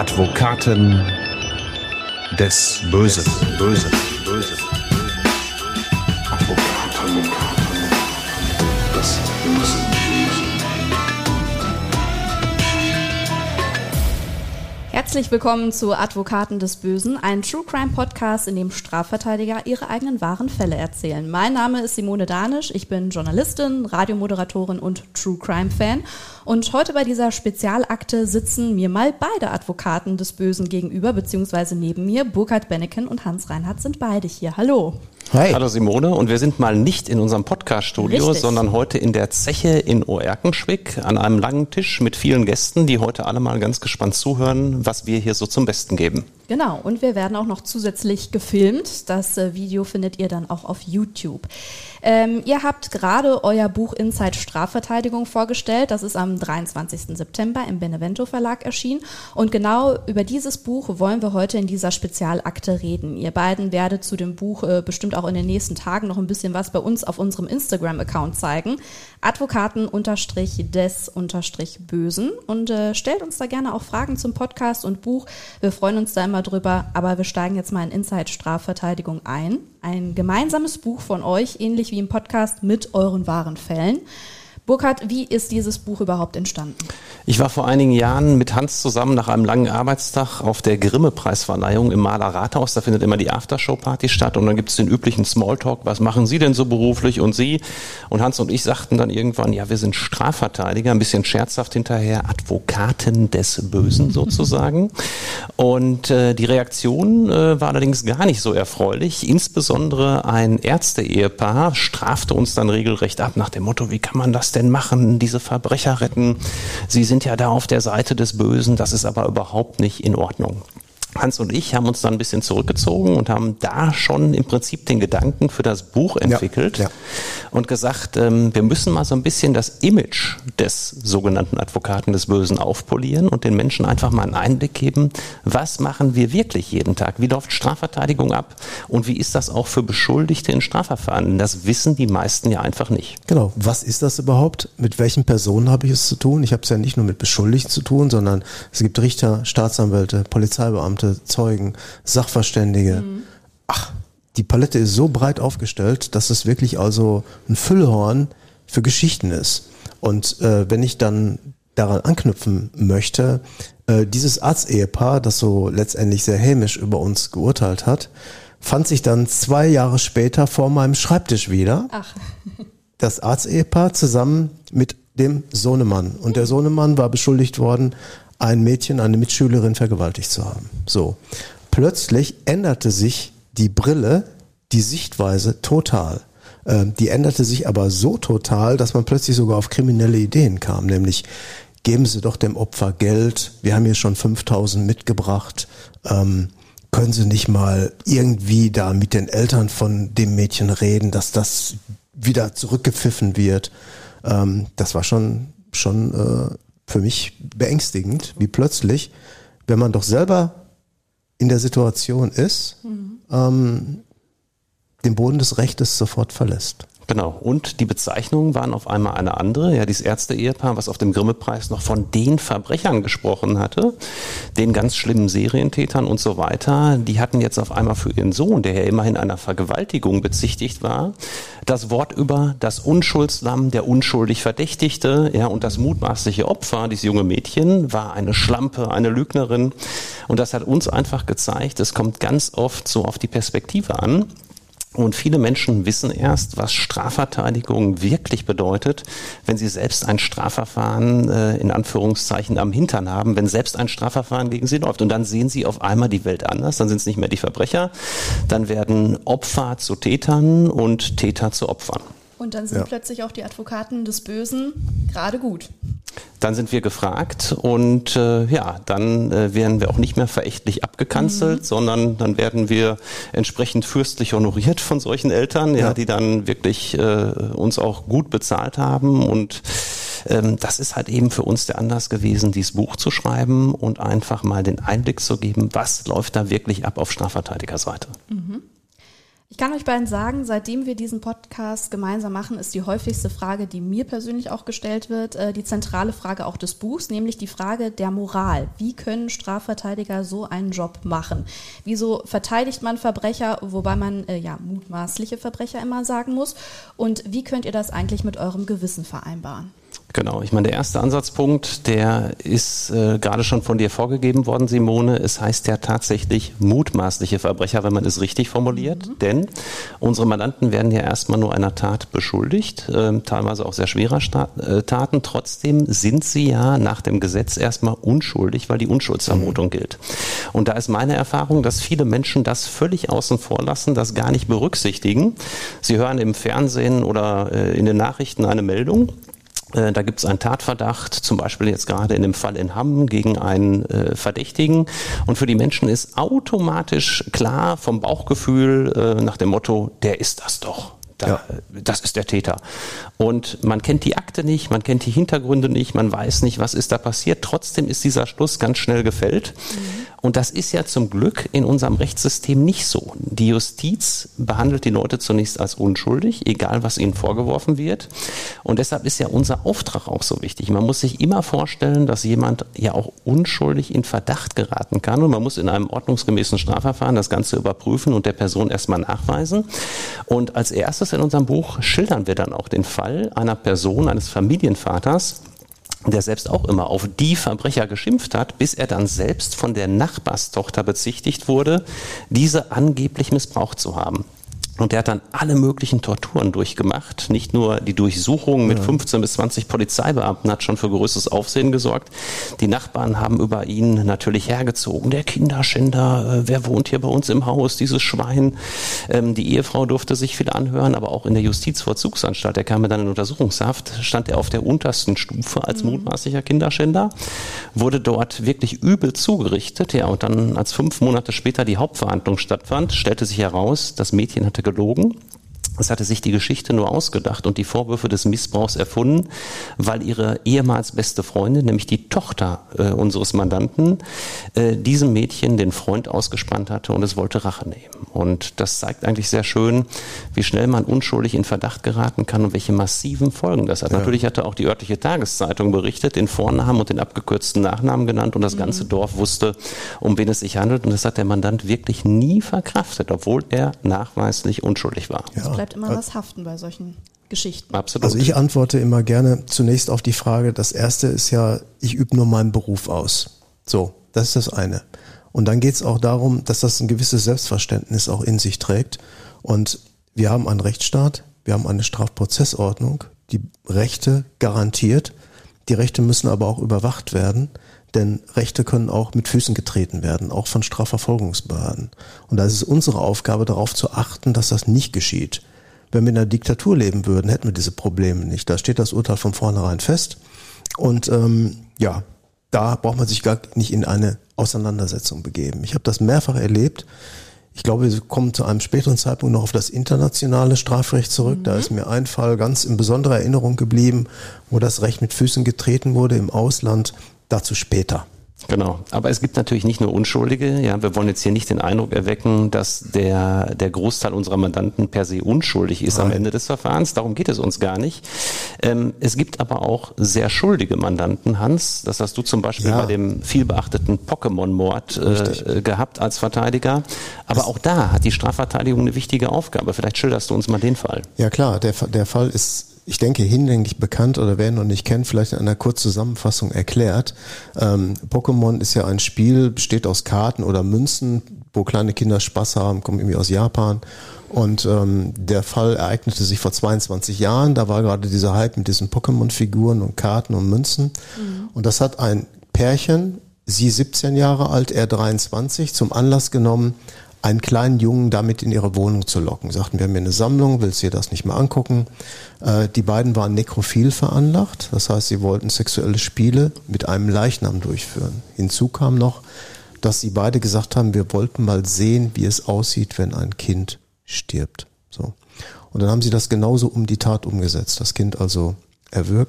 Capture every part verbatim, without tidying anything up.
Advokaten des Bösen. Bösen. Bösen. Advokaten des Bösen. Herzlich willkommen zu Advokaten des Bösen, ein True Crime Podcast, in dem Strafverteidiger ihre eigenen wahren Fälle erzählen. Mein Name ist Simone Danisch, ich bin Journalistin, Radiomoderatorin und True Crime Fan. Und heute bei dieser Spezialakte sitzen mir mal beide Advokaten des Bösen gegenüber, beziehungsweise neben mir. Burkhard Benneken und Hans Reinhardt sind beide hier. Hallo. Hi. Hallo Simone, und wir sind mal nicht in unserem Podcast-Studio, Richtig. sondern heute in der Zeche in Oerkenschwick an einem langen Tisch mit vielen Gästen, die heute alle mal ganz gespannt zuhören, was wir hier so zum Besten geben. Genau, und wir werden auch noch zusätzlich gefilmt. Das äh, Video findet ihr dann auch auf YouTube. Ähm, ihr habt gerade euer Buch Inside Strafverteidigung vorgestellt. Das ist am dreiundzwanzigsten September im Benevento Verlag erschienen. Und genau über dieses Buch wollen wir heute in dieser Spezialakte reden. Ihr beiden werdet zu dem Buch äh, bestimmt auch in den nächsten Tagen noch ein bisschen was bei uns auf unserem Instagram-Account zeigen. Advokaten-des-Bösen. Und äh, stellt uns da gerne auch Fragen zum Podcast und Buch. Wir freuen uns da immer drüber, aber wir steigen jetzt mal in Inside Strafverteidigung ein. Ein gemeinsames Buch von euch, ähnlich wie im Podcast, mit euren wahren Fällen. Burkhard, wie ist dieses Buch überhaupt entstanden? Ich war vor einigen Jahren mit Hans zusammen nach einem langen Arbeitstag auf der Grimme-Preisverleihung im Mahler Rathaus. Da findet immer die Aftershow-Party statt und dann gibt es den üblichen Smalltalk. Was machen Sie denn so beruflich und Sie? Und Hans und ich sagten dann irgendwann, ja, wir sind Strafverteidiger, ein bisschen scherzhaft hinterher, Advokaten des Bösen sozusagen. Und äh, die Reaktion äh, war allerdings gar nicht so erfreulich. Insbesondere ein Ärzte-Ehepaar strafte uns dann regelrecht ab nach dem Motto, wie kann man das denn machen, diese Verbrecher retten? Sie sind ja da auf der Seite des Bösen, das ist aber überhaupt nicht in Ordnung. Hans und ich haben uns dann ein bisschen zurückgezogen und haben da schon im Prinzip den Gedanken für das Buch entwickelt ja, ja. und gesagt, ähm, wir müssen mal so ein bisschen das Image des sogenannten Advokaten des Bösen aufpolieren und den Menschen einfach mal einen Einblick geben, was machen wir wirklich jeden Tag, wie läuft Strafverteidigung ab und wie ist das auch für Beschuldigte in Strafverfahren? Das wissen die meisten ja einfach nicht. Genau, was ist das überhaupt? Mit welchen Personen habe ich es zu tun? Ich habe es ja nicht nur mit Beschuldigten zu tun, sondern es gibt Richter, Staatsanwälte, Polizeibeamte, Zeugen, Sachverständige. Mhm. Ach, die Palette ist so breit aufgestellt, dass es wirklich also ein Füllhorn für Geschichten ist. Und äh, wenn ich dann daran anknüpfen möchte, äh, dieses Arztehepaar, das so letztendlich sehr hämisch über uns geurteilt hat, fand sich dann zwei Jahre später vor meinem Schreibtisch wieder. Ach. Das Arztehepaar zusammen mit dem Sohnemann. Und der Sohnemann war beschuldigt worden, ein Mädchen, eine Mitschülerin vergewaltigt zu haben. So. Plötzlich änderte sich die Brille, die Sichtweise total. Äh, die änderte sich aber so total, dass man plötzlich sogar auf kriminelle Ideen kam, nämlich geben Sie doch dem Opfer Geld, wir haben hier schon fünftausend mitgebracht, ähm, können Sie nicht mal irgendwie da mit den Eltern von dem Mädchen reden, dass das wieder zurückgepfiffen wird. Ähm, das war schon, schon äh, für mich beängstigend, wie plötzlich, wenn man doch selber in der Situation ist, mhm. ähm, den Boden des Rechtes sofort verlässt. Genau, und die Bezeichnungen waren auf einmal eine andere. Ja, dieses Ärzte-Ehepaar, was auf dem Grimme-Preis noch von den Verbrechern gesprochen hatte, den ganz schlimmen Serientätern und so weiter, die hatten jetzt auf einmal für ihren Sohn, der ja immerhin einer Vergewaltigung bezichtigt war, das Wort über das Unschuldslamm, der unschuldig Verdächtigte, ja, und das mutmaßliche Opfer, dieses junge Mädchen, war eine Schlampe, eine Lügnerin. Und das hat uns einfach gezeigt, es kommt ganz oft so auf die Perspektive an. Und viele Menschen wissen erst, was Strafverteidigung wirklich bedeutet, wenn sie selbst ein Strafverfahren äh, in Anführungszeichen am Hintern haben, wenn selbst ein Strafverfahren gegen sie läuft. Und dann sehen sie auf einmal die Welt anders, dann sind es nicht mehr die Verbrecher, dann werden Opfer zu Tätern und Täter zu Opfern. Und dann sind ja. plötzlich auch die Advokaten des Bösen gerade gut. Dann sind wir gefragt und äh, ja, dann äh, werden wir auch nicht mehr verächtlich abgekanzelt, mhm. sondern dann werden wir entsprechend fürstlich honoriert von solchen Eltern, ja, ja die dann wirklich äh, uns auch gut bezahlt haben. Und ähm, das ist halt eben für uns der Anlass gewesen, dieses Buch zu schreiben und einfach mal den Einblick zu geben, was läuft da wirklich ab auf Strafverteidigerseite. Mhm. Ich kann euch beiden sagen, seitdem wir diesen Podcast gemeinsam machen, ist die häufigste Frage, die mir persönlich auch gestellt wird, äh, die zentrale Frage auch des Buchs, nämlich die Frage der Moral. Wie können Strafverteidiger so einen Job machen? Wieso verteidigt man Verbrecher, wobei man äh, ja mutmaßliche Verbrecher immer sagen muss? Und wie könnt ihr das eigentlich mit eurem Gewissen vereinbaren? Genau, ich meine, der erste Ansatzpunkt, der ist äh, gerade schon von dir vorgegeben worden, Simone. Es heißt ja tatsächlich mutmaßliche Verbrecher, wenn man es richtig formuliert. Mhm. Denn unsere Mandanten werden ja erstmal nur einer Tat beschuldigt, äh, teilweise auch sehr schwerer Sta- äh, Taten. Trotzdem sind sie ja nach dem Gesetz erstmal unschuldig, weil die Unschuldsvermutung mhm. gilt. Und da ist meine Erfahrung, dass viele Menschen das völlig außen vor lassen, das gar nicht berücksichtigen. Sie hören im Fernsehen oder äh, in den Nachrichten eine Meldung. Da gibt es einen Tatverdacht, zum Beispiel jetzt gerade in dem Fall in Hamm gegen einen äh, Verdächtigen. Und für die Menschen ist automatisch klar vom Bauchgefühl äh, nach dem Motto, der ist das doch. Da, ja. Das ist der Täter. Und man kennt die Akte nicht, man kennt die Hintergründe nicht, man weiß nicht, was ist da passiert. Trotzdem ist dieser Schluss ganz schnell gefällt. Mhm. Und das ist ja zum Glück in unserem Rechtssystem nicht so. Die Justiz behandelt die Leute zunächst als unschuldig, egal was ihnen vorgeworfen wird. Und deshalb ist ja unser Auftrag auch so wichtig. Man muss sich immer vorstellen, dass jemand ja auch unschuldig in Verdacht geraten kann. Und man muss in einem ordnungsgemäßen Strafverfahren das Ganze überprüfen und der Person erstmal nachweisen. Und als erstes in unserem Buch schildern wir dann auch den Fall einer Person, eines Familienvaters, der selbst auch immer auf die Verbrecher geschimpft hat, bis er dann selbst von der Nachbarstochter bezichtigt wurde, diese angeblich missbraucht zu haben. Und der hat dann alle möglichen Torturen durchgemacht. Nicht nur die Durchsuchung mit fünfzehn bis zwanzig Polizeibeamten hat schon für größeres Aufsehen gesorgt. Die Nachbarn haben über ihn natürlich hergezogen. Der Kinderschänder, äh, wer wohnt hier bei uns im Haus, dieses Schwein. Ähm, die Ehefrau durfte sich viel anhören, aber auch in der Justizvollzugsanstalt, der kam dann in Untersuchungshaft, stand er auf der untersten Stufe als mhm. mutmaßlicher Kinderschänder, wurde dort wirklich übel zugerichtet. Ja, und dann, als fünf Monate später die Hauptverhandlung stattfand, stellte sich heraus, das Mädchen hatte gelogen. Es hatte sich die Geschichte nur ausgedacht und die Vorwürfe des Missbrauchs erfunden, weil ihre ehemals beste Freundin, nämlich die Tochter äh, unseres Mandanten, äh, diesem Mädchen den Freund ausgespannt hatte und es wollte Rache nehmen. Und das zeigt eigentlich sehr schön, wie schnell man unschuldig in Verdacht geraten kann und welche massiven Folgen das hat. Ja. Natürlich hatte auch die örtliche Tageszeitung berichtet, den Vornamen und den abgekürzten Nachnamen genannt und das mhm. ganze Dorf wusste, um wen es sich handelt. Und das hat der Mandant wirklich nie verkraftet, obwohl er nachweislich unschuldig war. Ja. Bleibt immer was haften bei solchen Geschichten. Absolut. Also ich antworte immer gerne zunächst auf die Frage, das erste ist ja, ich übe nur meinen Beruf aus. So, das ist das eine. Und dann geht es auch darum, dass das ein gewisses Selbstverständnis auch in sich trägt. Und wir haben einen Rechtsstaat, wir haben eine Strafprozessordnung, die Rechte garantiert. Die Rechte müssen aber auch überwacht werden. Denn Rechte können auch mit Füßen getreten werden, auch von Strafverfolgungsbehörden. Und da ist es unsere Aufgabe, darauf zu achten, dass das nicht geschieht. Wenn wir in einer Diktatur leben würden, hätten wir diese Probleme nicht. Da steht das Urteil von vornherein fest. Und ähm, ja, da braucht man sich gar nicht in eine Auseinandersetzung begeben. Ich habe das mehrfach erlebt. Ich glaube, wir kommen zu einem späteren Zeitpunkt noch auf das internationale Strafrecht zurück. Mhm. Da ist mir ein Fall ganz in besonderer Erinnerung geblieben, wo das Recht mit Füßen getreten wurde im Ausland. Dazu später. Genau, aber es gibt natürlich nicht nur Unschuldige. Ja, wir wollen jetzt hier nicht den Eindruck erwecken, dass der der Großteil unserer Mandanten per se unschuldig ist Nein. am Ende des Verfahrens. Darum geht es uns gar nicht. Ähm, es gibt aber auch sehr schuldige Mandanten, Hans. Das hast du zum Beispiel ja. bei dem vielbeachteten Pokémon-Mord äh, gehabt als Verteidiger. Aber das auch da hat die Strafverteidigung eine wichtige Aufgabe. Vielleicht schilderst du uns mal den Fall. Ja klar, der, der Fall ist, ich denke, hinlänglich bekannt oder wer ihn noch nicht kennt, vielleicht in einer Kurzzusammenfassung erklärt. Ähm, Pokémon ist ja ein Spiel, besteht aus Karten oder Münzen, wo kleine Kinder Spaß haben, kommen irgendwie aus Japan. Und ähm, der Fall ereignete sich vor zweiundzwanzig Jahren. Da war gerade dieser Hype mit diesen Pokémon-Figuren und Karten und Münzen. Mhm. Und das hat ein Pärchen, sie siebzehn Jahre alt, er dreiundzwanzig, zum Anlass genommen, einen kleinen Jungen damit in ihre Wohnung zu locken. Sagten, wir haben hier eine Sammlung, willst du dir das nicht mal angucken? Äh, die beiden waren nekrophil veranlagt, das heißt, sie wollten sexuelle Spiele mit einem Leichnam durchführen. Hinzu kam noch, dass sie beide gesagt haben, wir wollten mal sehen, wie es aussieht, wenn ein Kind stirbt. So. Und dann haben sie das genauso um die Tat umgesetzt. Das Kind also erwürgt,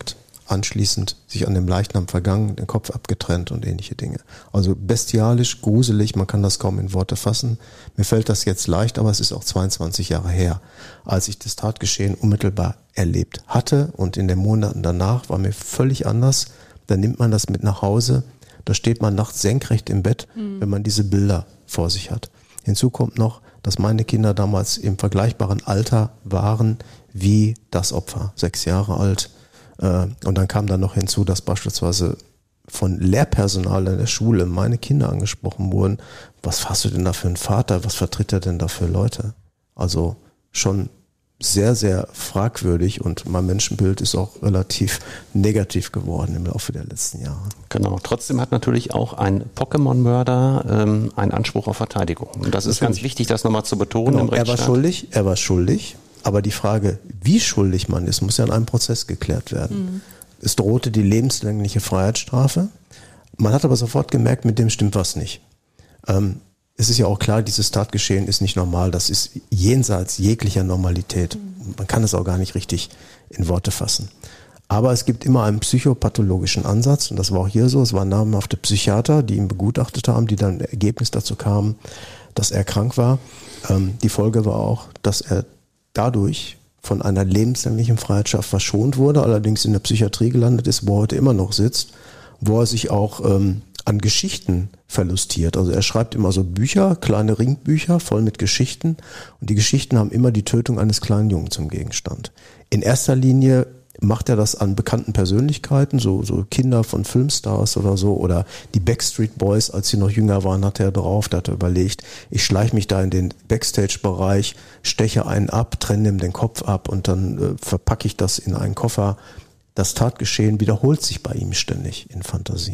anschließend sich an dem Leichnam vergangen, den Kopf abgetrennt und ähnliche Dinge. Also bestialisch, gruselig, man kann das kaum in Worte fassen. Mir fällt das jetzt leicht, aber es ist auch zweiundzwanzig Jahre her, als ich das Tatgeschehen unmittelbar erlebt hatte, und in den Monaten danach war mir völlig anders. Da nimmt man das mit nach Hause, da steht man nachts senkrecht im Bett, mhm. wenn man diese Bilder vor sich hat. Hinzu kommt noch, dass meine Kinder damals im vergleichbaren Alter waren wie das Opfer, sechs Jahre alt. Und dann kam dann noch hinzu, dass beispielsweise von Lehrpersonal in der Schule meine Kinder angesprochen wurden. Was hast du denn da für einen Vater? Was vertritt er denn da für Leute? Also schon sehr, sehr fragwürdig, und mein Menschenbild ist auch relativ negativ geworden im Laufe der letzten Jahre. Genau. Trotzdem hat natürlich auch ein Pokémon-Mörder ähm, einen Anspruch auf Verteidigung. Und das ist ganz wichtig, das nochmal zu betonen. Genau, im Rechtsstaat. Er war schuldig, er war schuldig. Aber die Frage, wie schuldig man ist, muss ja in einem Prozess geklärt werden. Mhm. Es drohte die lebenslängliche Freiheitsstrafe. Man hat aber sofort gemerkt, mit dem stimmt was nicht. Ähm, es ist ja auch klar, dieses Tatgeschehen ist nicht normal. Das ist jenseits jeglicher Normalität. Mhm. Man kann es auch gar nicht richtig in Worte fassen. Aber es gibt immer einen psychopathologischen Ansatz, und das war auch hier so. Es waren namhafte Psychiater, die ihn begutachtet haben, die dann im Ergebnis dazu kamen, dass er krank war. Ähm, die Folge war auch, dass er dadurch von einer lebenslänglichen Freiheitsstrafe verschont wurde, allerdings in der Psychiatrie gelandet ist, wo er heute immer noch sitzt, wo er sich auch ähm, an Geschichten verlustiert. Also er schreibt immer so Bücher, kleine Ringbücher voll mit Geschichten, und die Geschichten haben immer die Tötung eines kleinen Jungen zum Gegenstand. In erster Linie macht er das an bekannten Persönlichkeiten, so, so Kinder von Filmstars oder so, oder die Backstreet Boys, als sie noch jünger waren, hatte er drauf, da hat er überlegt, ich schleiche mich da in den Backstage-Bereich, steche einen ab, trenne ihm den Kopf ab, und dann äh, verpacke ich das in einen Koffer. Das Tatgeschehen wiederholt sich bei ihm ständig in Fantasien.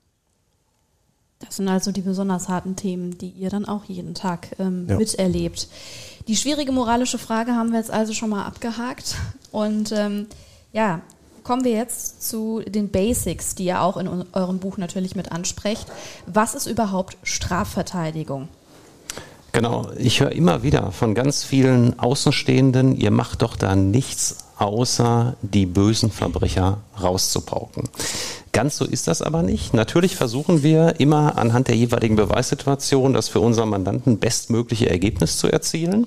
Das sind also die besonders harten Themen, die ihr dann auch jeden Tag ähm, ja. miterlebt. Die schwierige moralische Frage haben wir jetzt also schon mal abgehakt, und ähm, ja, kommen wir jetzt zu den Basics, die ihr auch in eurem Buch natürlich mit ansprecht. Was ist überhaupt Strafverteidigung? Genau, ich höre immer wieder von ganz vielen Außenstehenden, ihr macht doch da nichts, außer die bösen Verbrecher rauszupauken. Ganz so ist das aber nicht. Natürlich versuchen wir immer anhand der jeweiligen Beweissituation das für unseren Mandanten bestmögliche Ergebnis zu erzielen.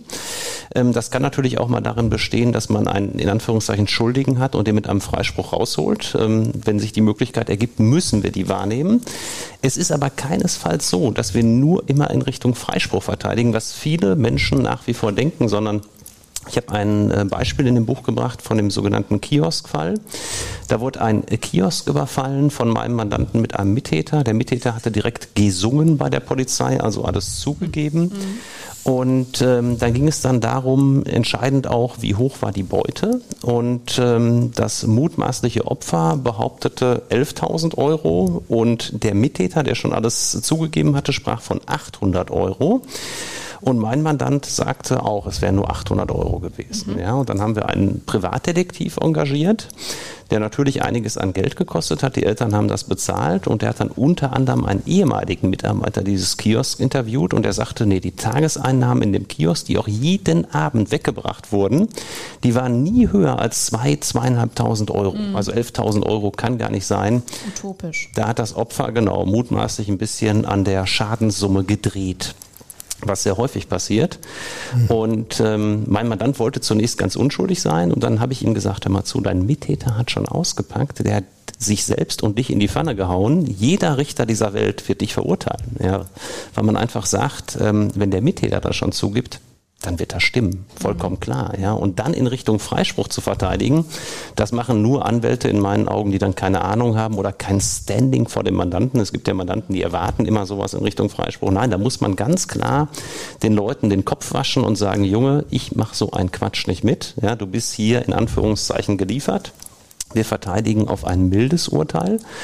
Das kann natürlich auch mal darin bestehen, dass man einen in Anführungszeichen Schuldigen hat und den mit einem Freispruch rausholt. Wenn sich die Möglichkeit ergibt, müssen wir die wahrnehmen. Es ist aber keinesfalls so, dass wir nur immer in Richtung Freispruch verteidigen, was viele Menschen nach wie vor denken, sondern ich habe ein Beispiel in dem Buch gebracht von dem sogenannten Kioskfall. Da wurde ein Kiosk überfallen von meinem Mandanten mit einem Mittäter. Der Mittäter hatte direkt gesungen bei der Polizei, also alles zugegeben. Mhm. Und ähm, dann ging es dann darum, entscheidend auch, wie hoch war die Beute. Und ähm, das mutmaßliche Opfer behauptete elftausend Euro, und der Mittäter, der schon alles zugegeben hatte, sprach von achthundert Euro. Und mein Mandant sagte auch, es wären nur achthundert Euro gewesen. Mhm. Ja, und dann haben wir einen Privatdetektiv engagiert, der natürlich einiges an Geld gekostet hat. Die Eltern haben das bezahlt, und der hat dann unter anderem einen ehemaligen Mitarbeiter dieses Kiosks interviewt, und der sagte, nee, die Tageseinnahmen in dem Kiosk, die auch jeden Abend weggebracht wurden, die waren nie höher als zwei, zweieinhalbtausend Euro. Mhm. Also elftausend Euro kann gar nicht sein. Utopisch. Da hat das Opfer genau mutmaßlich ein bisschen an der Schadenssumme gedreht, was sehr häufig passiert. Mhm. Und ähm, mein Mandant wollte zunächst ganz unschuldig sein, und dann habe ich ihm gesagt, hör mal zu, dein Mittäter hat schon ausgepackt, der hat sich selbst und dich in die Pfanne gehauen. Jeder Richter dieser Welt wird dich verurteilen. Ja, weil man einfach sagt, ähm, wenn der Mittäter das schon zugibt, dann wird das stimmen, vollkommen klar. Ja. Und dann in Richtung Freispruch zu verteidigen, das machen nur Anwälte in meinen Augen, die dann keine Ahnung haben oder kein Standing vor dem Mandanten. Es gibt ja Mandanten, die erwarten immer sowas in Richtung Freispruch. Nein, da muss man ganz klar den Leuten den Kopf waschen und sagen, Junge, ich mache so einen Quatsch nicht mit. Ja, du bist hier in Anführungszeichen geliefert. Wir verteidigen auf ein mildes Urteil.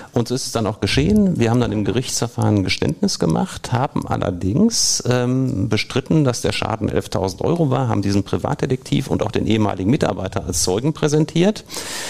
Und so ist es dann auch geschehen. Wir haben dann im Gerichtsverfahren ein Geständnis gemacht, haben allerdings ähm, bestritten, dass der Schaden elftausend Euro war, haben diesen Privatdetektiv und auch den ehemaligen Mitarbeiter als Zeugen präsentiert.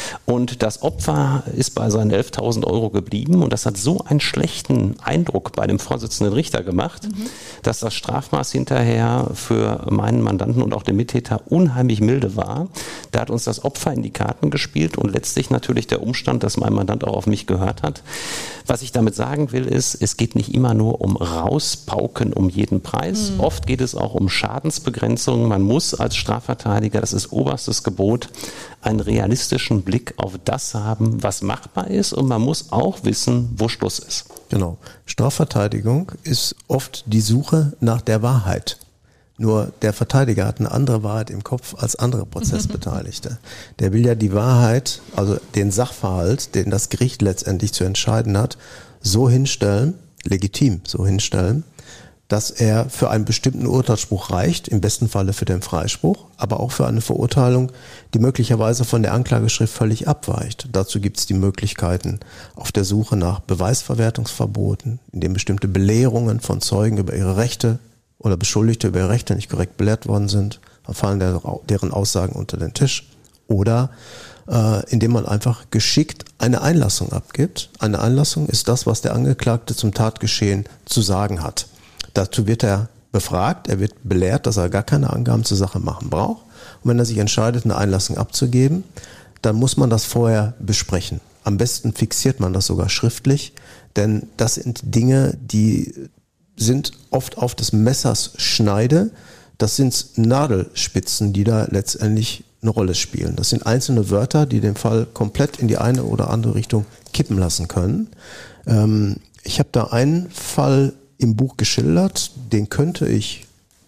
Und das Opfer ist bei seinen elftausend Euro geblieben. Und das hat so einen schlechten Eindruck bei dem Vorsitzenden Richter gemacht, mhm. dass das Strafmaß hinterher für meinen Mandanten und auch den Mittäter unheimlich milde war. Da hat uns das Opfer in die Karten gespielt und letztlich natürlich der Umstand, dass mein Mandant auch auf mich gehört hat. Was ich damit sagen will, ist, es geht nicht immer nur um Rauspauken um jeden Preis. Mhm. Oft geht es auch um Schadensbegrenzung. Man muss als Strafverteidiger, das ist oberstes Gebot, einen realistischen Blick auf das haben, was machbar ist, und man muss auch wissen, wo Schluss ist. Genau. Strafverteidigung ist oft die Suche nach der Wahrheit. Nur der Verteidiger hat eine andere Wahrheit im Kopf als andere Prozessbeteiligte. Der will ja die Wahrheit, also den Sachverhalt, den das Gericht letztendlich zu entscheiden hat, so hinstellen, legitim so hinstellen, dass er für einen bestimmten Urteilsspruch reicht, im besten Falle für den Freispruch, aber auch für eine Verurteilung, die möglicherweise von der Anklageschrift völlig abweicht. Dazu gibt es die Möglichkeiten auf der Suche nach Beweisverwertungsverboten, in denen bestimmte Belehrungen von Zeugen über ihre Rechte oder Beschuldigte über ihre Rechte nicht korrekt belehrt worden sind, dann fallen der, deren Aussagen unter den Tisch. Oder äh, indem man einfach geschickt eine Einlassung abgibt. Eine Einlassung ist das, was der Angeklagte zum Tatgeschehen zu sagen hat. Dazu wird er befragt, er wird belehrt, dass er gar keine Angaben zur Sache machen braucht. Und wenn er sich entscheidet, eine Einlassung abzugeben, dann muss man das vorher besprechen. Am besten fixiert man das sogar schriftlich, denn das sind Dinge, die sind oft auf des Messers Schneide. Das sind Nadelspitzen, die da letztendlich eine Rolle spielen. Das sind einzelne Wörter, die den Fall komplett in die eine oder andere Richtung kippen lassen können. Ähm, ich habe da einen Fall im Buch geschildert, den könnte ich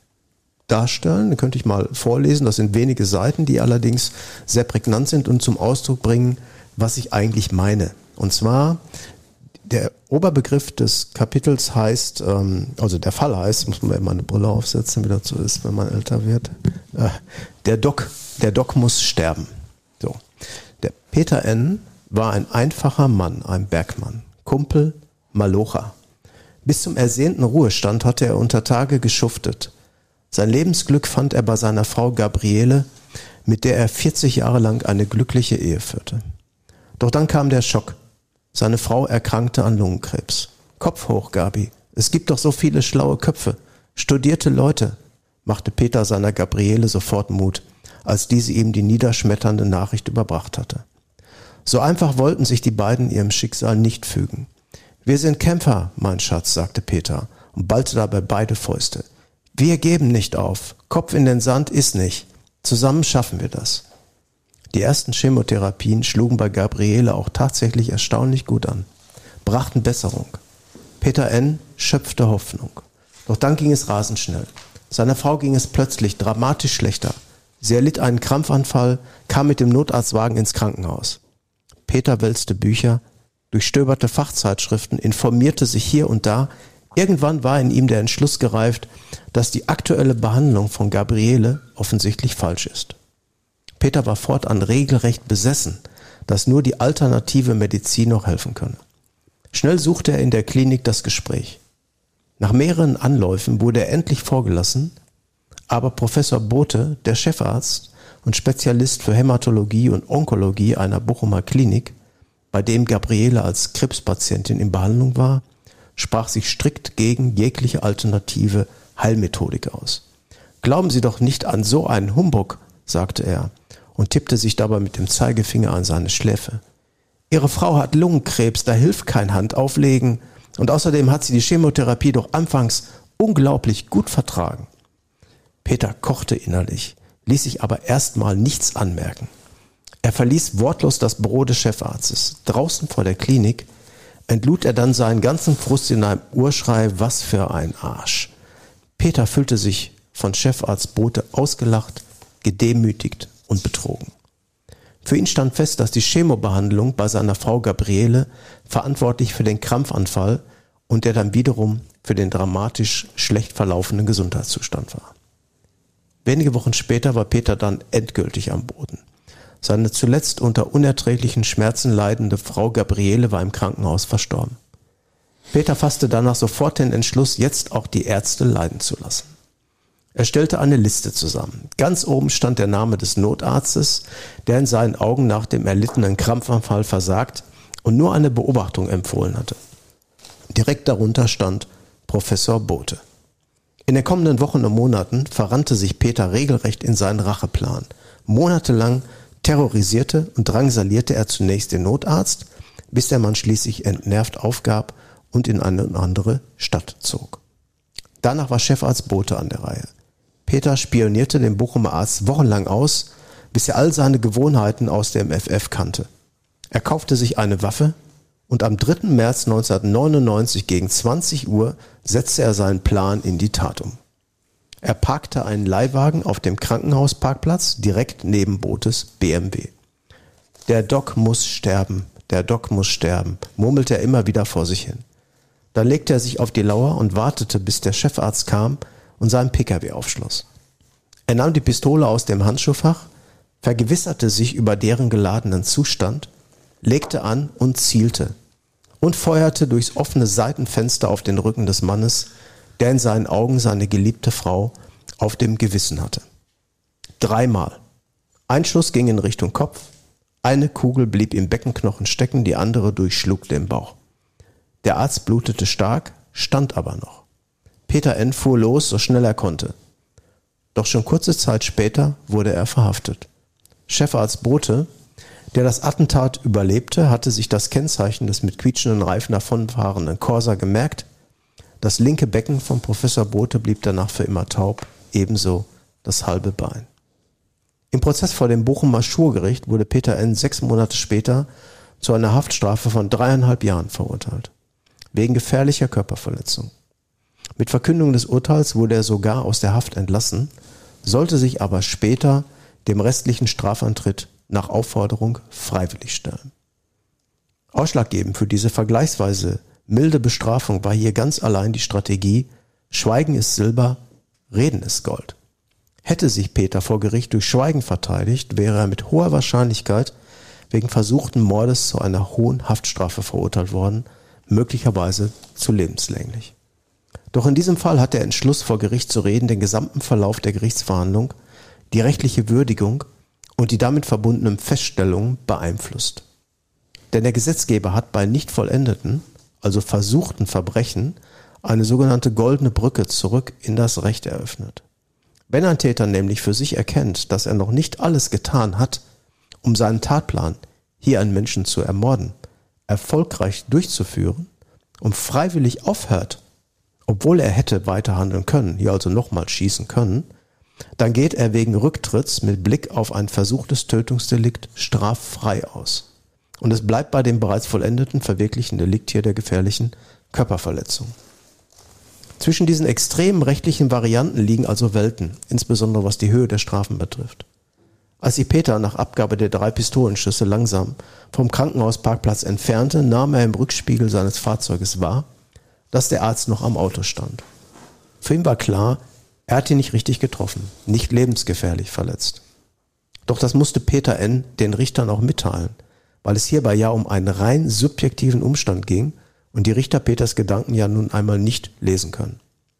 darstellen, den könnte ich mal vorlesen. Das sind wenige Seiten, die allerdings sehr prägnant sind und zum Ausdruck bringen, was ich eigentlich meine. Und zwar, der Oberbegriff des Kapitels heißt, ähm, also der Fall heißt, muss man immer eine Brille aufsetzen, wie das so ist, wenn man älter wird, äh, der Doc, der Doc muss sterben. So. Der Peter N. war ein einfacher Mann, ein Bergmann, Kumpel, Malocher. Bis zum ersehnten Ruhestand hatte er unter Tage geschuftet. Sein Lebensglück fand er bei seiner Frau Gabriele, mit der er vierzig Jahre lang eine glückliche Ehe führte. Doch dann kam der Schock. Seine Frau erkrankte an Lungenkrebs. Kopf hoch, Gabi. Es gibt doch so viele schlaue Köpfe. Studierte Leute, machte Peter seiner Gabriele sofort Mut, als diese ihm die niederschmetternde Nachricht überbracht hatte. So einfach wollten sich die beiden ihrem Schicksal nicht fügen. Wir sind Kämpfer, mein Schatz, sagte Peter und ballte dabei beide Fäuste. Wir geben nicht auf. Kopf in den Sand ist nicht. Zusammen schaffen wir das. Die ersten Chemotherapien schlugen bei Gabriele auch tatsächlich erstaunlich gut an, brachten Besserung. Peter N. schöpfte Hoffnung. Doch dann ging es rasend schnell. Seiner Frau ging es plötzlich dramatisch schlechter. Sie erlitt einen Krampfanfall, kam mit dem Notarztwagen ins Krankenhaus. Peter wälzte Bücher, durchstöberte Fachzeitschriften, informierte sich hier und da. Irgendwann war in ihm der Entschluss gereift, dass die aktuelle Behandlung von Gabriele offensichtlich falsch ist. Peter war fortan regelrecht besessen, dass nur die alternative Medizin noch helfen könne. Schnell suchte er in der Klinik das Gespräch. Nach mehreren Anläufen wurde er endlich vorgelassen, aber Professor Bothe, der Chefarzt und Spezialist für Hämatologie und Onkologie einer Bochumer Klinik, bei dem Gabriele als Krebspatientin in Behandlung war, sprach sich strikt gegen jegliche alternative Heilmethodik aus. Glauben Sie doch nicht an so einen Humbug, sagte er und tippte sich dabei mit dem Zeigefinger an seine Schläfe. Ihre Frau hat Lungenkrebs, da hilft kein Handauflegen und außerdem hat sie die Chemotherapie doch anfangs unglaublich gut vertragen. Peter kochte innerlich, ließ sich aber erstmal nichts anmerken. Er verließ wortlos das Büro des Chefarztes. Draußen vor der Klinik entlud er dann seinen ganzen Frust in einem Urschrei, was für ein Arsch. Peter fühlte sich von Chefarzt Bothe ausgelacht, gedemütigt und betrogen. Für ihn stand fest, dass die Chemobehandlung bei seiner Frau Gabriele verantwortlich für den Krampfanfall und der dann wiederum für den dramatisch schlecht verlaufenden Gesundheitszustand war. Wenige Wochen später war Peter dann endgültig am Boden. Seine zuletzt unter unerträglichen Schmerzen leidende Frau Gabriele war im Krankenhaus verstorben. Peter fasste danach sofort den Entschluss, jetzt auch die Ärzte leiden zu lassen. Er stellte eine Liste zusammen. Ganz oben stand der Name des Notarztes, der in seinen Augen nach dem erlittenen Krampfanfall versagt und nur eine Beobachtung empfohlen hatte. Direkt darunter stand Professor Bothe. In den kommenden Wochen und Monaten verrannte sich Peter regelrecht in seinen Racheplan. Monatelang terrorisierte und drangsalierte er zunächst den Notarzt, bis der Mann schließlich entnervt aufgab und in eine andere Stadt zog. Danach war Chefarzt Bothe an der Reihe. Peter spionierte den Bochumer Arzt wochenlang aus, bis er all seine Gewohnheiten aus dem F F kannte. Er kaufte sich eine Waffe und am dritten März neunzehnhundertneunundneunzig gegen zwanzig Uhr setzte er seinen Plan in die Tat um. Er parkte einen Leihwagen auf dem Krankenhausparkplatz direkt neben Bothes B M W. Der Doc muss sterben, der Doc muss sterben, murmelte er immer wieder vor sich hin. Dann legte er sich auf die Lauer und wartete, bis der Chefarzt kam und seinen Pkw aufschloss. Er nahm die Pistole aus dem Handschuhfach, vergewisserte sich über deren geladenen Zustand, legte an und zielte und feuerte durchs offene Seitenfenster auf den Rücken des Mannes, der in seinen Augen seine geliebte Frau auf dem Gewissen hatte. Dreimal. Ein Schuss ging in Richtung Kopf, eine Kugel blieb im Beckenknochen stecken, die andere durchschlug den Bauch. Der Arzt blutete stark, stand aber noch. Peter N. fuhr los, so schnell er konnte. Doch schon kurze Zeit später wurde er verhaftet. Chefarzt Bothe, der das Attentat überlebte, hatte sich das Kennzeichen des mit quietschenden Reifen davonfahrenden Corsa gemerkt. Das linke Becken von Professor Bothe blieb danach für immer taub, ebenso das halbe Bein. Im Prozess vor dem Bochumer Schwurgericht wurde Peter N. sechs Monate später zu einer Haftstrafe von dreieinhalb Jahren verurteilt, wegen gefährlicher Körperverletzung. Mit Verkündung des Urteils wurde er sogar aus der Haft entlassen, sollte sich aber später dem restlichen Strafantritt nach Aufforderung freiwillig stellen. Ausschlaggebend für diese vergleichsweise milde Bestrafung war hier ganz allein die Strategie: Schweigen ist Silber, Reden ist Gold. Hätte sich Peter vor Gericht durch Schweigen verteidigt, wäre er mit hoher Wahrscheinlichkeit wegen versuchten Mordes zu einer hohen Haftstrafe verurteilt worden, möglicherweise zu lebenslänglich. Doch in diesem Fall hat der Entschluss, vor Gericht zu reden, den gesamten Verlauf der Gerichtsverhandlung, die rechtliche Würdigung und die damit verbundenen Feststellungen beeinflusst. Denn der Gesetzgeber hat bei nicht vollendeten, also versuchten Verbrechen, eine sogenannte goldene Brücke zurück in das Recht eröffnet. Wenn ein Täter nämlich für sich erkennt, dass er noch nicht alles getan hat, um seinen Tatplan, hier einen Menschen zu ermorden, erfolgreich durchzuführen und freiwillig aufhört, obwohl er hätte weiter handeln können, hier also nochmal schießen können, dann geht er wegen Rücktritts mit Blick auf ein versuchtes Tötungsdelikt straffrei aus. Und es bleibt bei dem bereits vollendeten verwirklichen Delikt hier der gefährlichen Körperverletzung. Zwischen diesen extremen rechtlichen Varianten liegen also Welten, insbesondere was die Höhe der Strafen betrifft. Als sich Peter nach Abgabe der drei Pistolenschüsse langsam vom Krankenhausparkplatz entfernte, nahm er im Rückspiegel seines Fahrzeuges wahr, dass der Arzt noch am Auto stand. Für ihn war klar, er hat ihn nicht richtig getroffen, nicht lebensgefährlich verletzt. Doch das musste Peter N. den Richtern auch mitteilen, weil es hierbei ja um einen rein subjektiven Umstand ging und die Richter Peters Gedanken ja nun einmal nicht lesen können.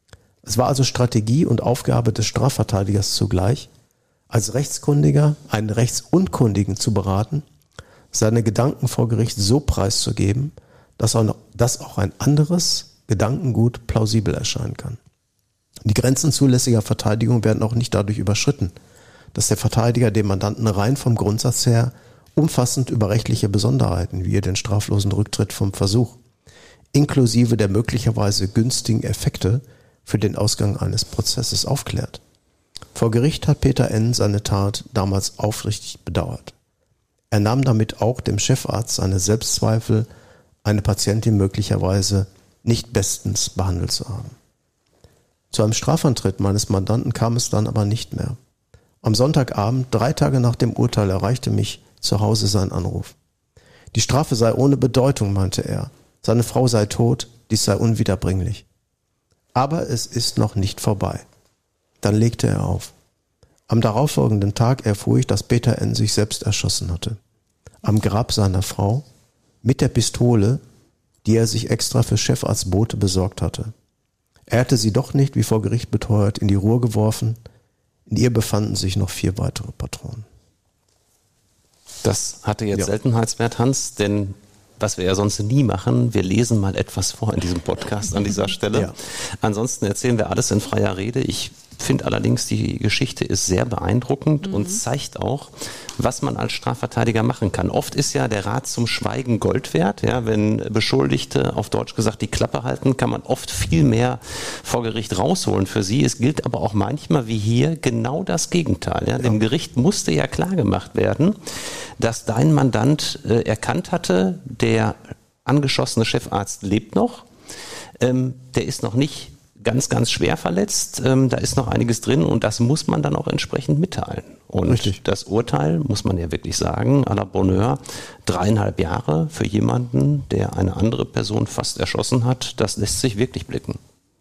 Es war also Strategie und Aufgabe des Strafverteidigers zugleich, als Rechtskundiger einen Rechtsunkundigen zu beraten, seine Gedanken vor Gericht so preiszugeben, dass auch, dass auch ein anderes Gedankengut plausibel erscheinen kann. Die Grenzen zulässiger Verteidigung werden auch nicht dadurch überschritten, dass der Verteidiger dem Mandanten rein vom Grundsatz her umfassend über rechtliche Besonderheiten, wie den straflosen Rücktritt vom Versuch, inklusive der möglicherweise günstigen Effekte für den Ausgang eines Prozesses aufklärt. Vor Gericht hat Peter N. seine Tat damals aufrichtig bedauert. Er nahm damit auch dem Chefarzt seine Selbstzweifel, eine Patientin möglicherweise nicht bestens behandelt zu haben. Zu einem Strafantritt meines Mandanten kam es dann aber nicht mehr. Am Sonntagabend, drei Tage nach dem Urteil, erreichte mich zu Hause sein Anruf. Die Strafe sei ohne Bedeutung, meinte er. Seine Frau sei tot, dies sei unwiederbringlich. Aber es ist noch nicht vorbei. Dann legte er auf. Am darauffolgenden Tag erfuhr ich, dass Peter N. sich selbst erschossen hatte. Am Grab seiner Frau mit der Pistole, die er sich extra für Chefarzt Bothe besorgt hatte. Er hatte sie doch nicht, wie vor Gericht beteuert, in die Ruhr geworfen. In ihr befanden sich noch vier weitere Patronen. Das hatte jetzt Ja. Seltenheitswert, Hans, denn was wir ja sonst nie machen, wir lesen mal etwas vor in diesem Podcast an dieser Stelle. Ja. Ansonsten erzählen wir alles in freier Rede. Ich finde allerdings, die Geschichte ist sehr beeindruckend mhm. und zeigt auch, was man als Strafverteidiger machen kann. Oft ist ja der Rat zum Schweigen Gold wert. Ja, wenn Beschuldigte, auf Deutsch gesagt, die Klappe halten, kann man oft viel mehr vor Gericht rausholen für sie. Es gilt aber auch manchmal, wie hier, genau das Gegenteil. Ja, ja. Dem Gericht musste ja klar gemacht werden, dass dein Mandant äh, erkannt hatte, der angeschossene Chefarzt lebt noch, ähm, der ist noch nicht ganz, ganz schwer verletzt. Ähm, da ist noch einiges drin und das muss man dann auch entsprechend mitteilen. Und Richtig. Das Urteil, muss man ja wirklich sagen, à la Bonheur, dreieinhalb Jahre für jemanden, der eine andere Person fast erschossen hat, das lässt sich wirklich blicken.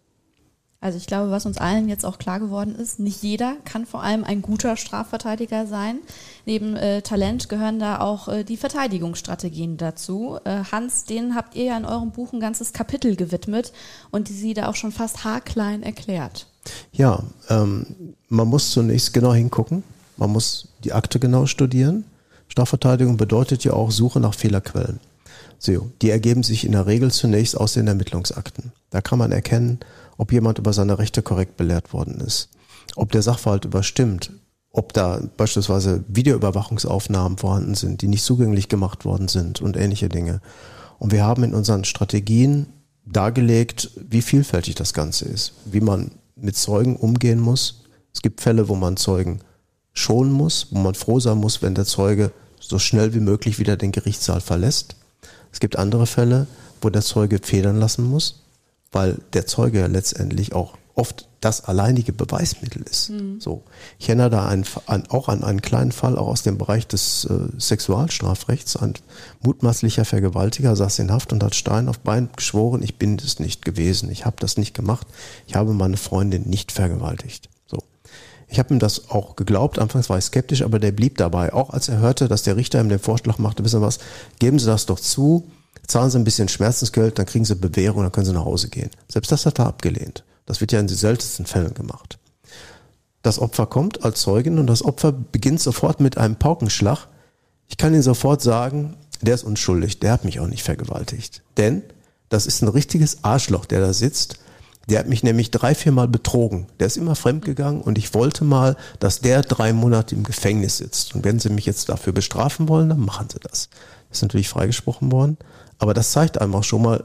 Also ich glaube, was uns allen jetzt auch klar geworden ist, nicht jeder kann vor allem ein guter Strafverteidiger sein. Neben äh, Talent gehören da auch äh, die Verteidigungsstrategien dazu. Äh, Hans, denen habt ihr ja in eurem Buch ein ganzes Kapitel gewidmet und die sie da auch schon fast haarklein erklärt. Ja, ähm, man muss zunächst genau hingucken. Man muss die Akte genau studieren. Strafverteidigung bedeutet ja auch Suche nach Fehlerquellen. So, die ergeben sich in der Regel zunächst aus den Ermittlungsakten. Da kann man erkennen, ob jemand über seine Rechte korrekt belehrt worden ist, ob der Sachverhalt überstimmt, ob da beispielsweise Videoüberwachungsaufnahmen vorhanden sind, die nicht zugänglich gemacht worden sind und ähnliche Dinge. Und wir haben in unseren Strategien dargelegt, wie vielfältig das Ganze ist, wie man mit Zeugen umgehen muss. Es gibt Fälle, wo man Zeugen schonen muss, wo man froh sein muss, wenn der Zeuge so schnell wie möglich wieder den Gerichtssaal verlässt. Es gibt andere Fälle, wo der Zeuge federn lassen muss, weil der Zeuge ja letztendlich auch oft das alleinige Beweismittel ist. Mhm. So, ich erinnere da einen, an, auch an einen kleinen Fall auch aus dem Bereich des äh, Sexualstrafrechts. Ein mutmaßlicher Vergewaltiger saß in Haft und hat Stein auf Bein geschworen, ich bin es nicht gewesen, ich habe das nicht gemacht, ich habe meine Freundin nicht vergewaltigt. So, ich habe ihm das auch geglaubt, anfangs war ich skeptisch, aber der blieb dabei. Auch als er hörte, dass der Richter ihm den Vorschlag machte, wissen Sie was, geben Sie das doch zu, zahlen Sie ein bisschen Schmerzensgeld, dann kriegen Sie Bewährung, dann können Sie nach Hause gehen. Selbst das hat er abgelehnt. Das wird ja in den seltensten Fällen gemacht. Das Opfer kommt als Zeugin und das Opfer beginnt sofort mit einem Paukenschlag. Ich kann Ihnen sofort sagen, der ist unschuldig, der hat mich auch nicht vergewaltigt. Denn das ist ein richtiges Arschloch, der da sitzt. Der hat mich nämlich drei, vier Mal betrogen. Der ist immer fremdgegangen und ich wollte mal, dass der drei Monate im Gefängnis sitzt. Und wenn Sie mich jetzt dafür bestrafen wollen, dann machen Sie das. Das ist natürlich freigesprochen worden. Aber das zeigt einfach schon mal,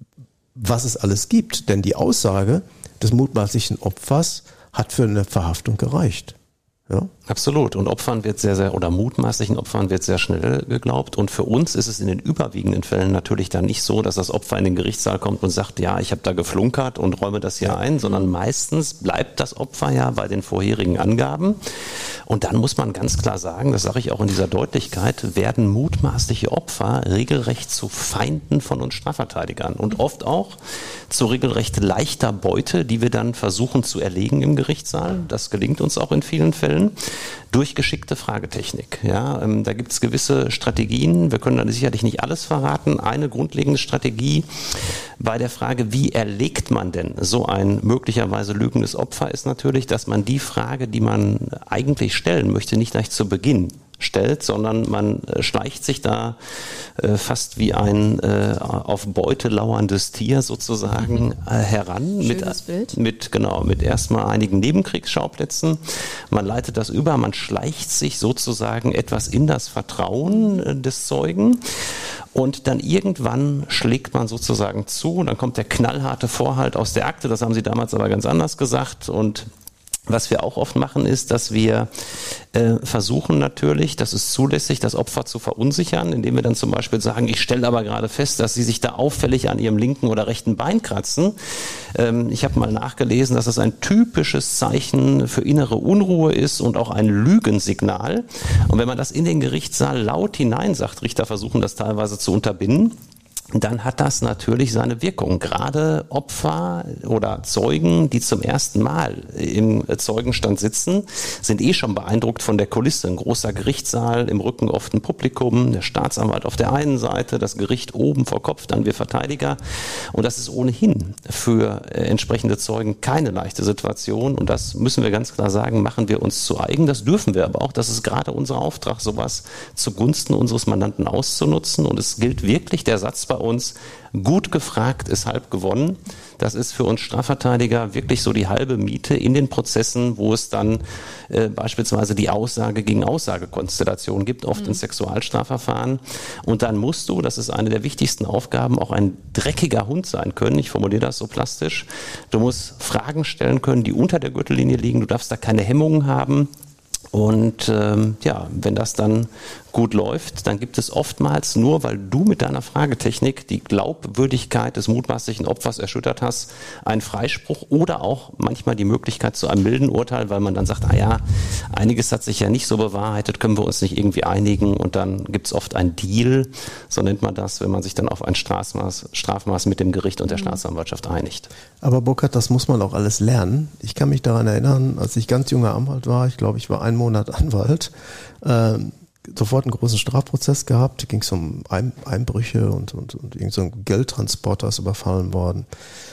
was es alles gibt. Denn die Aussage des mutmaßlichen Opfers hat für eine Verhaftung gereicht. Ja? Absolut. Und Opfern wird sehr, sehr, oder mutmaßlichen Opfern wird sehr schnell geglaubt. Und für uns ist es in den überwiegenden Fällen natürlich dann nicht so, dass das Opfer in den Gerichtssaal kommt und sagt, ja, ich habe da geflunkert und räume das hier ja. ein, sondern meistens bleibt das Opfer ja bei den vorherigen Angaben. Und dann muss man ganz klar sagen, das sage ich auch in dieser Deutlichkeit, werden mutmaßliche Opfer regelrecht zu Feinden von uns Strafverteidigern und oft auch zu regelrecht leichter Beute, die wir dann versuchen zu erlegen im Gerichtssaal. Das gelingt uns auch in vielen Fällen. Durch geschickte Fragetechnik. Ja, ähm, da gibt es gewisse Strategien. Wir können dann sicherlich nicht alles verraten. Eine grundlegende Strategie bei der Frage, wie erlegt man denn so ein möglicherweise lügendes Opfer, ist natürlich, dass man die Frage, die man eigentlich stellen möchte, nicht gleich zu Beginn stellt, sondern man schleicht sich da äh, fast wie ein äh, auf Beute lauerndes Tier sozusagen mhm. äh, heran. Schönes mit, Bild. mit genau mit erstmal einigen Nebenkriegsschauplätzen. Man leitet das über, man schleicht sich sozusagen etwas in das Vertrauen äh, des Zeugen und dann irgendwann schlägt man sozusagen zu und dann kommt der knallharte Vorhalt aus der Akte, das haben Sie damals aber ganz anders gesagt. Und was wir auch oft machen, ist, dass wir äh, versuchen natürlich, das ist zulässig, das Opfer zu verunsichern, indem wir dann zum Beispiel sagen, ich stelle aber gerade fest, dass Sie sich da auffällig an Ihrem linken oder rechten Bein kratzen. Ähm, ich habe mal nachgelesen, dass das ein typisches Zeichen für innere Unruhe ist und auch ein Lügensignal. Und wenn man das in den Gerichtssaal laut hinein sagt, Richter versuchen das teilweise zu unterbinden, dann hat das natürlich seine Wirkung. Gerade Opfer oder Zeugen, die zum ersten Mal im Zeugenstand sitzen, sind eh schon beeindruckt von der Kulisse. Ein großer Gerichtssaal, im Rücken oft ein Publikum, der Staatsanwalt auf der einen Seite, das Gericht oben vor Kopf, dann wir Verteidiger. Und das ist ohnehin für entsprechende Zeugen keine leichte Situation. Und das müssen wir ganz klar sagen, machen wir uns zu eigen. Das dürfen wir aber auch. Das ist gerade unser Auftrag, sowas zugunsten unseres Mandanten auszunutzen. Und es gilt wirklich der Satz bei uns, gut gefragt ist halb gewonnen. Das ist für uns Strafverteidiger wirklich so die halbe Miete in den Prozessen, wo es dann äh, beispielsweise die Aussage gegen Aussagekonstellation gibt, oft mhm. in Sexualstrafverfahren. Und dann musst du, das ist eine der wichtigsten Aufgaben, auch ein dreckiger Hund sein können. Ich formuliere das so plastisch. Du musst Fragen stellen können, die unter der Gürtellinie liegen. Du darfst da keine Hemmungen haben. Und ähm, ja, wenn das dann gut läuft, dann gibt es oftmals nur, weil du mit deiner Fragetechnik die Glaubwürdigkeit des mutmaßlichen Opfers erschüttert hast, einen Freispruch oder auch manchmal die Möglichkeit zu einem milden Urteil, weil man dann sagt, ah ja, einiges hat sich ja nicht so bewahrheitet, können wir uns nicht irgendwie einigen, und dann gibt es oft ein Deal, so nennt man das, wenn man sich dann auf ein Strafmaß, Strafmaß mit dem Gericht und der mhm. Staatsanwaltschaft einigt. Aber Burkhard, das muss man auch alles lernen. Ich kann mich daran erinnern, als ich ganz junger Anwalt war, ich glaube, ich war einen Monat Anwalt, ähm, sofort einen großen Strafprozess gehabt, da ging es um Ein- Einbrüche und, und, und irgend so ein Geldtransporter ist überfallen worden.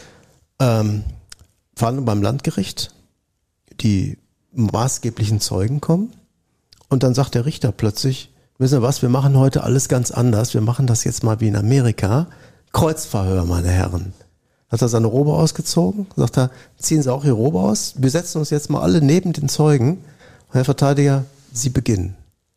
Ähm, Verhandlung beim Landgericht, die maßgeblichen Zeugen kommen, und dann sagt der Richter plötzlich, wissen Sie was, wir machen heute alles ganz anders, wir machen das jetzt mal wie in Amerika, Kreuzverhör, meine Herren. Hat er seine Robe ausgezogen, sagt er, ziehen Sie auch Ihre Robe aus, wir setzen uns jetzt mal alle neben den Zeugen. Herr Verteidiger, Sie beginnen.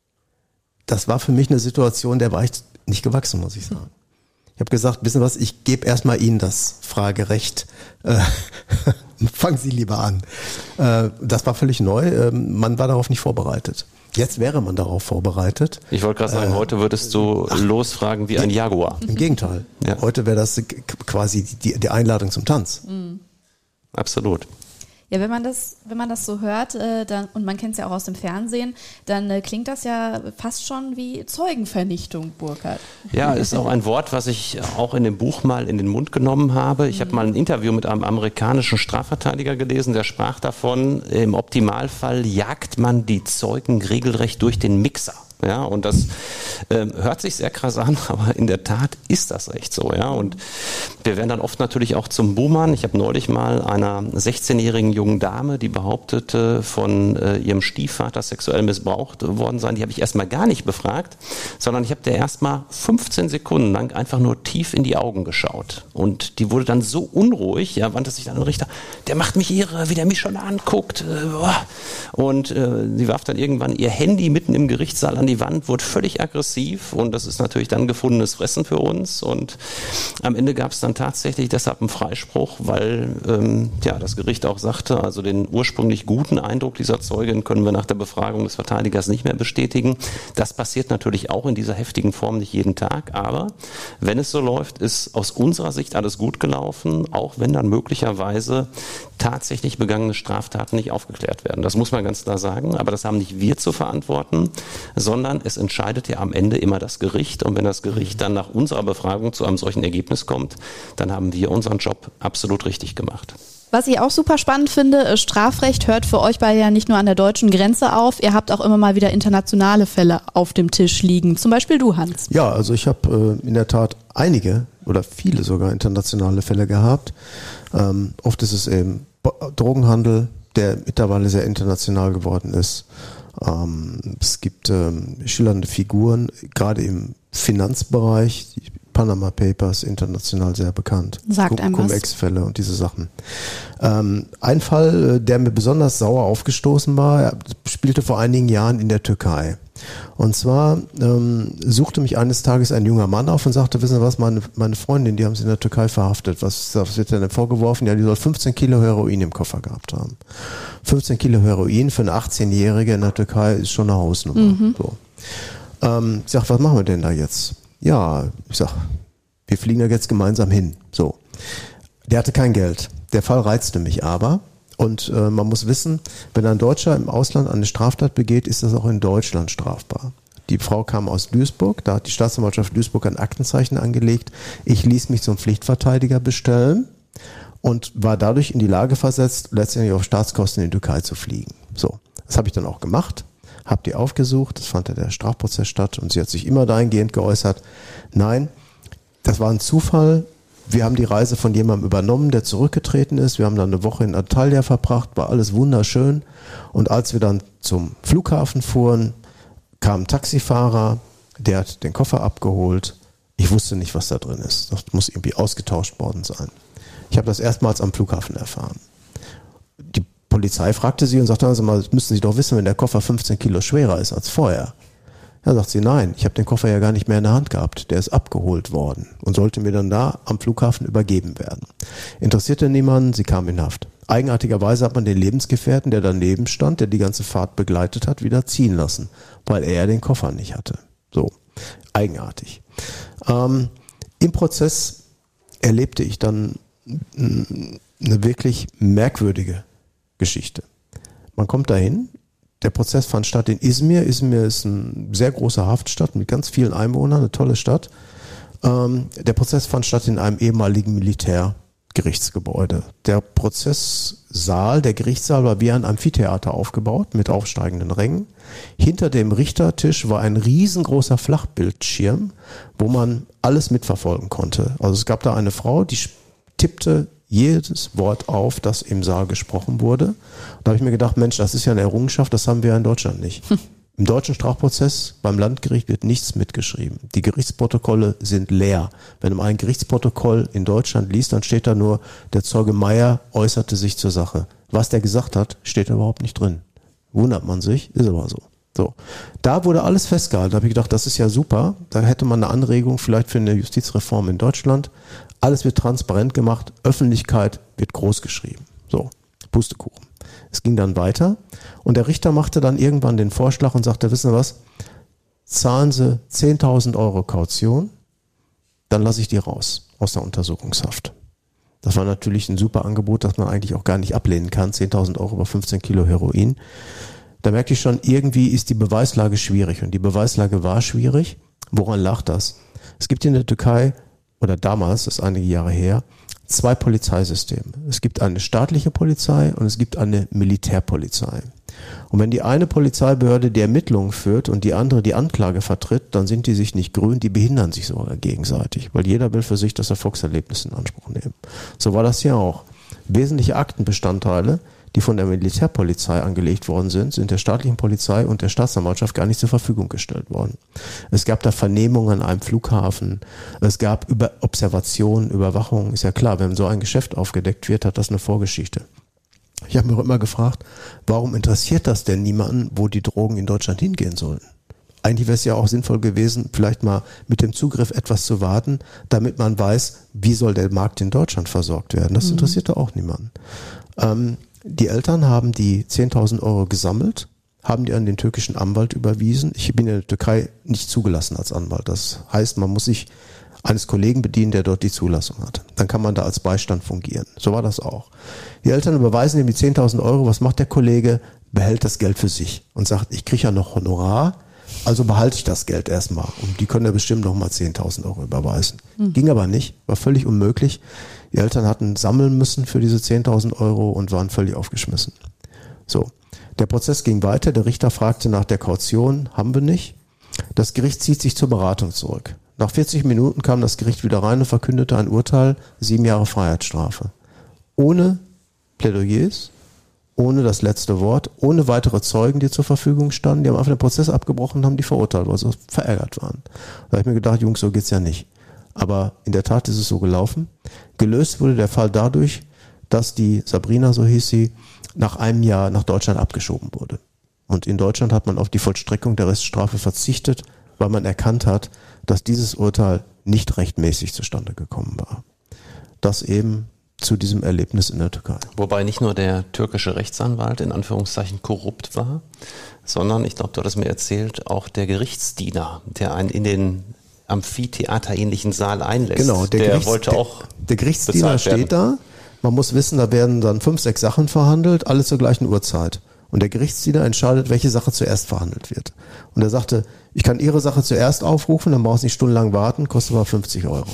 Das war für mich eine Situation, der war ich nicht gewachsen, muss ich sagen. Ich habe gesagt, wissen Sie was, ich gebe erstmal Ihnen das Fragerecht. Äh, fangen Sie lieber an. Äh, das war völlig neu. Äh, man war darauf nicht vorbereitet. Jetzt wäre man darauf vorbereitet. Ich wollte gerade sagen, äh, heute würdest du ach, losfragen wie ein Jaguar. Im Gegenteil. Ja. Heute wäre das quasi die, die Einladung zum Tanz. Mhm. Absolut. Ja, wenn man das, wenn man das so hört, äh, dann, und man kennt es ja auch aus dem Fernsehen, dann äh, klingt das ja fast schon wie Zeugenvernichtung, Burkhard. Ja, ist auch ein Wort, was ich auch in dem Buch mal in den Mund genommen habe. Ich mhm. habe mal ein Interview mit einem amerikanischen Strafverteidiger gelesen, der sprach davon, im Optimalfall jagt man die Zeugen regelrecht durch den Mixer. Ja, und das äh, hört sich sehr krass an, aber in der Tat ist das echt so, ja. Und wir werden dann oft natürlich auch zum Buhmann. Ich habe neulich mal einer sechzehnjährigen jungen Dame, die behauptete, von äh, ihrem Stiefvater sexuell missbraucht worden sein, die habe ich erstmal gar nicht befragt, sondern ich habe der erstmal fünfzehn Sekunden lang einfach nur tief in die Augen geschaut. Und die wurde dann so unruhig, ja, wandte sich dann an den Richter, der macht mich irre, wie der mich schon anguckt. Und äh, sie warf dann irgendwann ihr Handy mitten im Gerichtssaal an die Wand, wurde völlig aggressiv, und das ist natürlich dann gefundenes Fressen für uns, und am Ende gab es dann tatsächlich deshalb einen Freispruch, weil ähm, ja, das Gericht auch sagte, also den ursprünglich guten Eindruck dieser Zeugin können wir nach der Befragung des Verteidigers nicht mehr bestätigen. Das passiert natürlich auch in dieser heftigen Form nicht jeden Tag, aber wenn es so läuft, ist aus unserer Sicht alles gut gelaufen, auch wenn dann möglicherweise tatsächlich begangene Straftaten nicht aufgeklärt werden. Das muss man ganz klar sagen, aber das haben nicht wir zu verantworten, sondern es entscheidet ja am Ende immer das Gericht, und wenn das Gericht dann nach unserer Befragung zu einem solchen Ergebnis kommt, dann haben wir unseren Job absolut richtig gemacht. Was ich auch super spannend finde, Strafrecht hört für euch beide ja nicht nur an der deutschen Grenze auf, ihr habt auch immer mal wieder internationale Fälle auf dem Tisch liegen, zum Beispiel du, Hans. Ja, also ich habe äh, in der Tat einige oder viele sogar internationale Fälle gehabt. Ähm, oft ist es eben Drogenhandel, der mittlerweile sehr international geworden ist. Ähm, es gibt ähm, schillernde Figuren, gerade im Finanzbereich, die Panama Papers, international sehr bekannt. Sagt einem was. Cum-Ex-Fälle und diese Sachen. Ähm, ein Fall, der mir besonders sauer aufgestoßen war, spielte vor einigen Jahren in der Türkei. Und zwar ähm, suchte mich eines Tages ein junger Mann auf und sagte, wissen Sie was, meine, meine Freundin, die haben sie in der Türkei verhaftet. Was, was wird denn vorgeworfen? Ja, die soll fünfzehn Kilo Heroin im Koffer gehabt haben. fünfzehn Kilo Heroin für eine achtzehnjährige in der Türkei ist schon eine Hausnummer. Mhm. So. Ähm, ich sag, was machen wir denn da jetzt? Ja, ich sag, wir fliegen da jetzt gemeinsam hin. So. Der hatte kein Geld. Der Fall reizte mich aber. Und äh, man muss wissen, wenn ein Deutscher im Ausland eine Straftat begeht, ist das auch in Deutschland strafbar. Die Frau kam aus Duisburg, da hat die Staatsanwaltschaft Duisburg ein Aktenzeichen angelegt. Ich ließ mich zum Pflichtverteidiger bestellen und war dadurch in die Lage versetzt, letztendlich auf Staatskosten in die Türkei zu fliegen. So, das habe ich dann auch gemacht, habe die aufgesucht, das fand ja der Strafprozess statt und sie hat sich immer dahingehend geäußert, nein, das war ein Zufall. Wir haben die Reise von jemandem übernommen, der zurückgetreten ist. Wir haben dann eine Woche in Antalya verbracht, war alles wunderschön. Und als wir dann zum Flughafen fuhren, kam ein Taxifahrer, der hat den Koffer abgeholt. Ich wusste nicht, was da drin ist. Das muss irgendwie ausgetauscht worden sein. Ich habe das erstmals am Flughafen erfahren. Die Polizei fragte sie und sagte, also mal, das müssten Sie doch wissen, wenn der Koffer fünfzehn Kilo schwerer ist als vorher. Ja, sagt sie, nein, ich habe den Koffer ja gar nicht mehr in der Hand gehabt. Der ist abgeholt worden und sollte mir dann da am Flughafen übergeben werden. Interessierte niemanden, sie kam in Haft. Eigenartigerweise hat man den Lebensgefährten, der daneben stand, der die ganze Fahrt begleitet hat, wieder ziehen lassen, weil er den Koffer nicht hatte. So, eigenartig. Ähm, im Prozess erlebte ich dann eine wirklich merkwürdige Geschichte. Man kommt dahin. Der Prozess fand statt in Izmir. Izmir ist eine sehr große Hafenstadt mit ganz vielen Einwohnern, eine tolle Stadt. Ähm, der Prozess fand statt in einem ehemaligen Militärgerichtsgebäude. Der Prozesssaal, der Gerichtssaal war wie ein Amphitheater aufgebaut mit aufsteigenden Rängen. Hinter dem Richtertisch war ein riesengroßer Flachbildschirm, wo man alles mitverfolgen konnte. Also es gab da eine Frau, die tippte jedes Wort auf, das im Saal gesprochen wurde. Da habe ich mir gedacht, Mensch, das ist ja eine Errungenschaft, das haben wir in Deutschland nicht. Hm. Im deutschen Strafprozess beim Landgericht wird nichts mitgeschrieben. Die Gerichtsprotokolle sind leer. Wenn man ein Gerichtsprotokoll in Deutschland liest, dann steht da nur, der Zeuge Meier äußerte sich zur Sache. Was der gesagt hat, steht da überhaupt nicht drin. Wundert man sich, ist aber so. So, da wurde alles festgehalten. Da habe ich gedacht, das ist ja super. Da hätte man eine Anregung vielleicht für eine Justizreform in Deutschland. Alles wird transparent gemacht, Öffentlichkeit wird groß geschrieben. So, Pustekuchen. Es ging dann weiter und der Richter machte dann irgendwann den Vorschlag und sagte, wissen Sie was, zahlen Sie zehntausend Euro Kaution, dann lasse ich die raus aus der Untersuchungshaft. Das war natürlich ein super Angebot, das man eigentlich auch gar nicht ablehnen kann, zehntausend Euro über fünfzehn Kilo Heroin. Da merkte ich schon, irgendwie ist die Beweislage schwierig und die Beweislage war schwierig. Woran lag das? Es gibt in der Türkei, oder damals, das ist einige Jahre her, zwei Polizeisysteme. Es gibt eine staatliche Polizei und es gibt eine Militärpolizei. Und wenn die eine Polizeibehörde die Ermittlungen führt und die andere die Anklage vertritt, dann sind die sich nicht grün, die behindern sich sogar gegenseitig, weil jeder will für sich das Erfolgserlebnis in Anspruch nehmen. So war das hier auch. Wesentliche Aktenbestandteile, die von der Militärpolizei angelegt worden sind, sind der staatlichen Polizei und der Staatsanwaltschaft gar nicht zur Verfügung gestellt worden. Es gab da Vernehmungen an einem Flughafen, es gab über Observationen, Überwachung, ist ja klar, wenn so ein Geschäft aufgedeckt wird, hat das eine Vorgeschichte. Ich habe mich auch immer gefragt, warum interessiert das denn niemanden, wo die Drogen in Deutschland hingehen sollen? Eigentlich wäre es ja auch sinnvoll gewesen, vielleicht mal mit dem Zugriff etwas zu warten, damit man weiß, wie soll der Markt in Deutschland versorgt werden. Das mhm. interessierte auch niemanden. Ähm, Die Eltern haben die zehntausend Euro gesammelt, haben die an den türkischen Anwalt überwiesen. Ich bin in der Türkei nicht zugelassen als Anwalt. Das heißt, man muss sich eines Kollegen bedienen, der dort die Zulassung hat. Dann kann man da als Beistand fungieren. So war das auch. Die Eltern überweisen ihm die zehntausend Euro. Was macht der Kollege? Behält das Geld für sich und sagt, ich kriege ja noch Honorar, also behalte ich das Geld erstmal. Und die können ja bestimmt noch mal zehntausend Euro überweisen. Mhm. Ging aber nicht, war völlig unmöglich. Die Eltern hatten sammeln müssen für diese zehntausend Euro und waren völlig aufgeschmissen. So, der Prozess ging weiter. Der Richter fragte nach der Kaution, haben wir nicht. Das Gericht zieht sich zur Beratung zurück. Nach vierzig Minuten kam das Gericht wieder rein und verkündete ein Urteil, sieben Jahre Freiheitsstrafe. Ohne Plädoyers, ohne das letzte Wort, ohne weitere Zeugen, die zur Verfügung standen. Die haben einfach den Prozess abgebrochen und haben die verurteilt, weil sie verärgert waren. Da habe ich mir gedacht, Jungs, so geht's ja nicht. Aber in der Tat ist es so gelaufen. Gelöst wurde der Fall dadurch, dass die Sabrina, so hieß sie, nach einem Jahr nach Deutschland abgeschoben wurde. Und in Deutschland hat man auf die Vollstreckung der Reststrafe verzichtet, weil man erkannt hat, dass dieses Urteil nicht rechtmäßig zustande gekommen war. Das eben zu diesem Erlebnis in der Türkei. Wobei nicht nur der türkische Rechtsanwalt in Anführungszeichen korrupt war, sondern, ich glaube, du hattest mir erzählt, auch der Gerichtsdiener, der einen in den Amphitheaterähnlichen Saal einlässt. Genau, der, der Gerichts, wollte der, auch der Gerichtsdiener steht da. Man muss wissen, da werden dann fünf, sechs Sachen verhandelt, alle zur gleichen Uhrzeit. Und der Gerichtsdiener entscheidet, welche Sache zuerst verhandelt wird. Und er sagte, ich kann Ihre Sache zuerst aufrufen, dann brauchen Sie nicht stundenlang warten, kostet aber fünfzig Euro.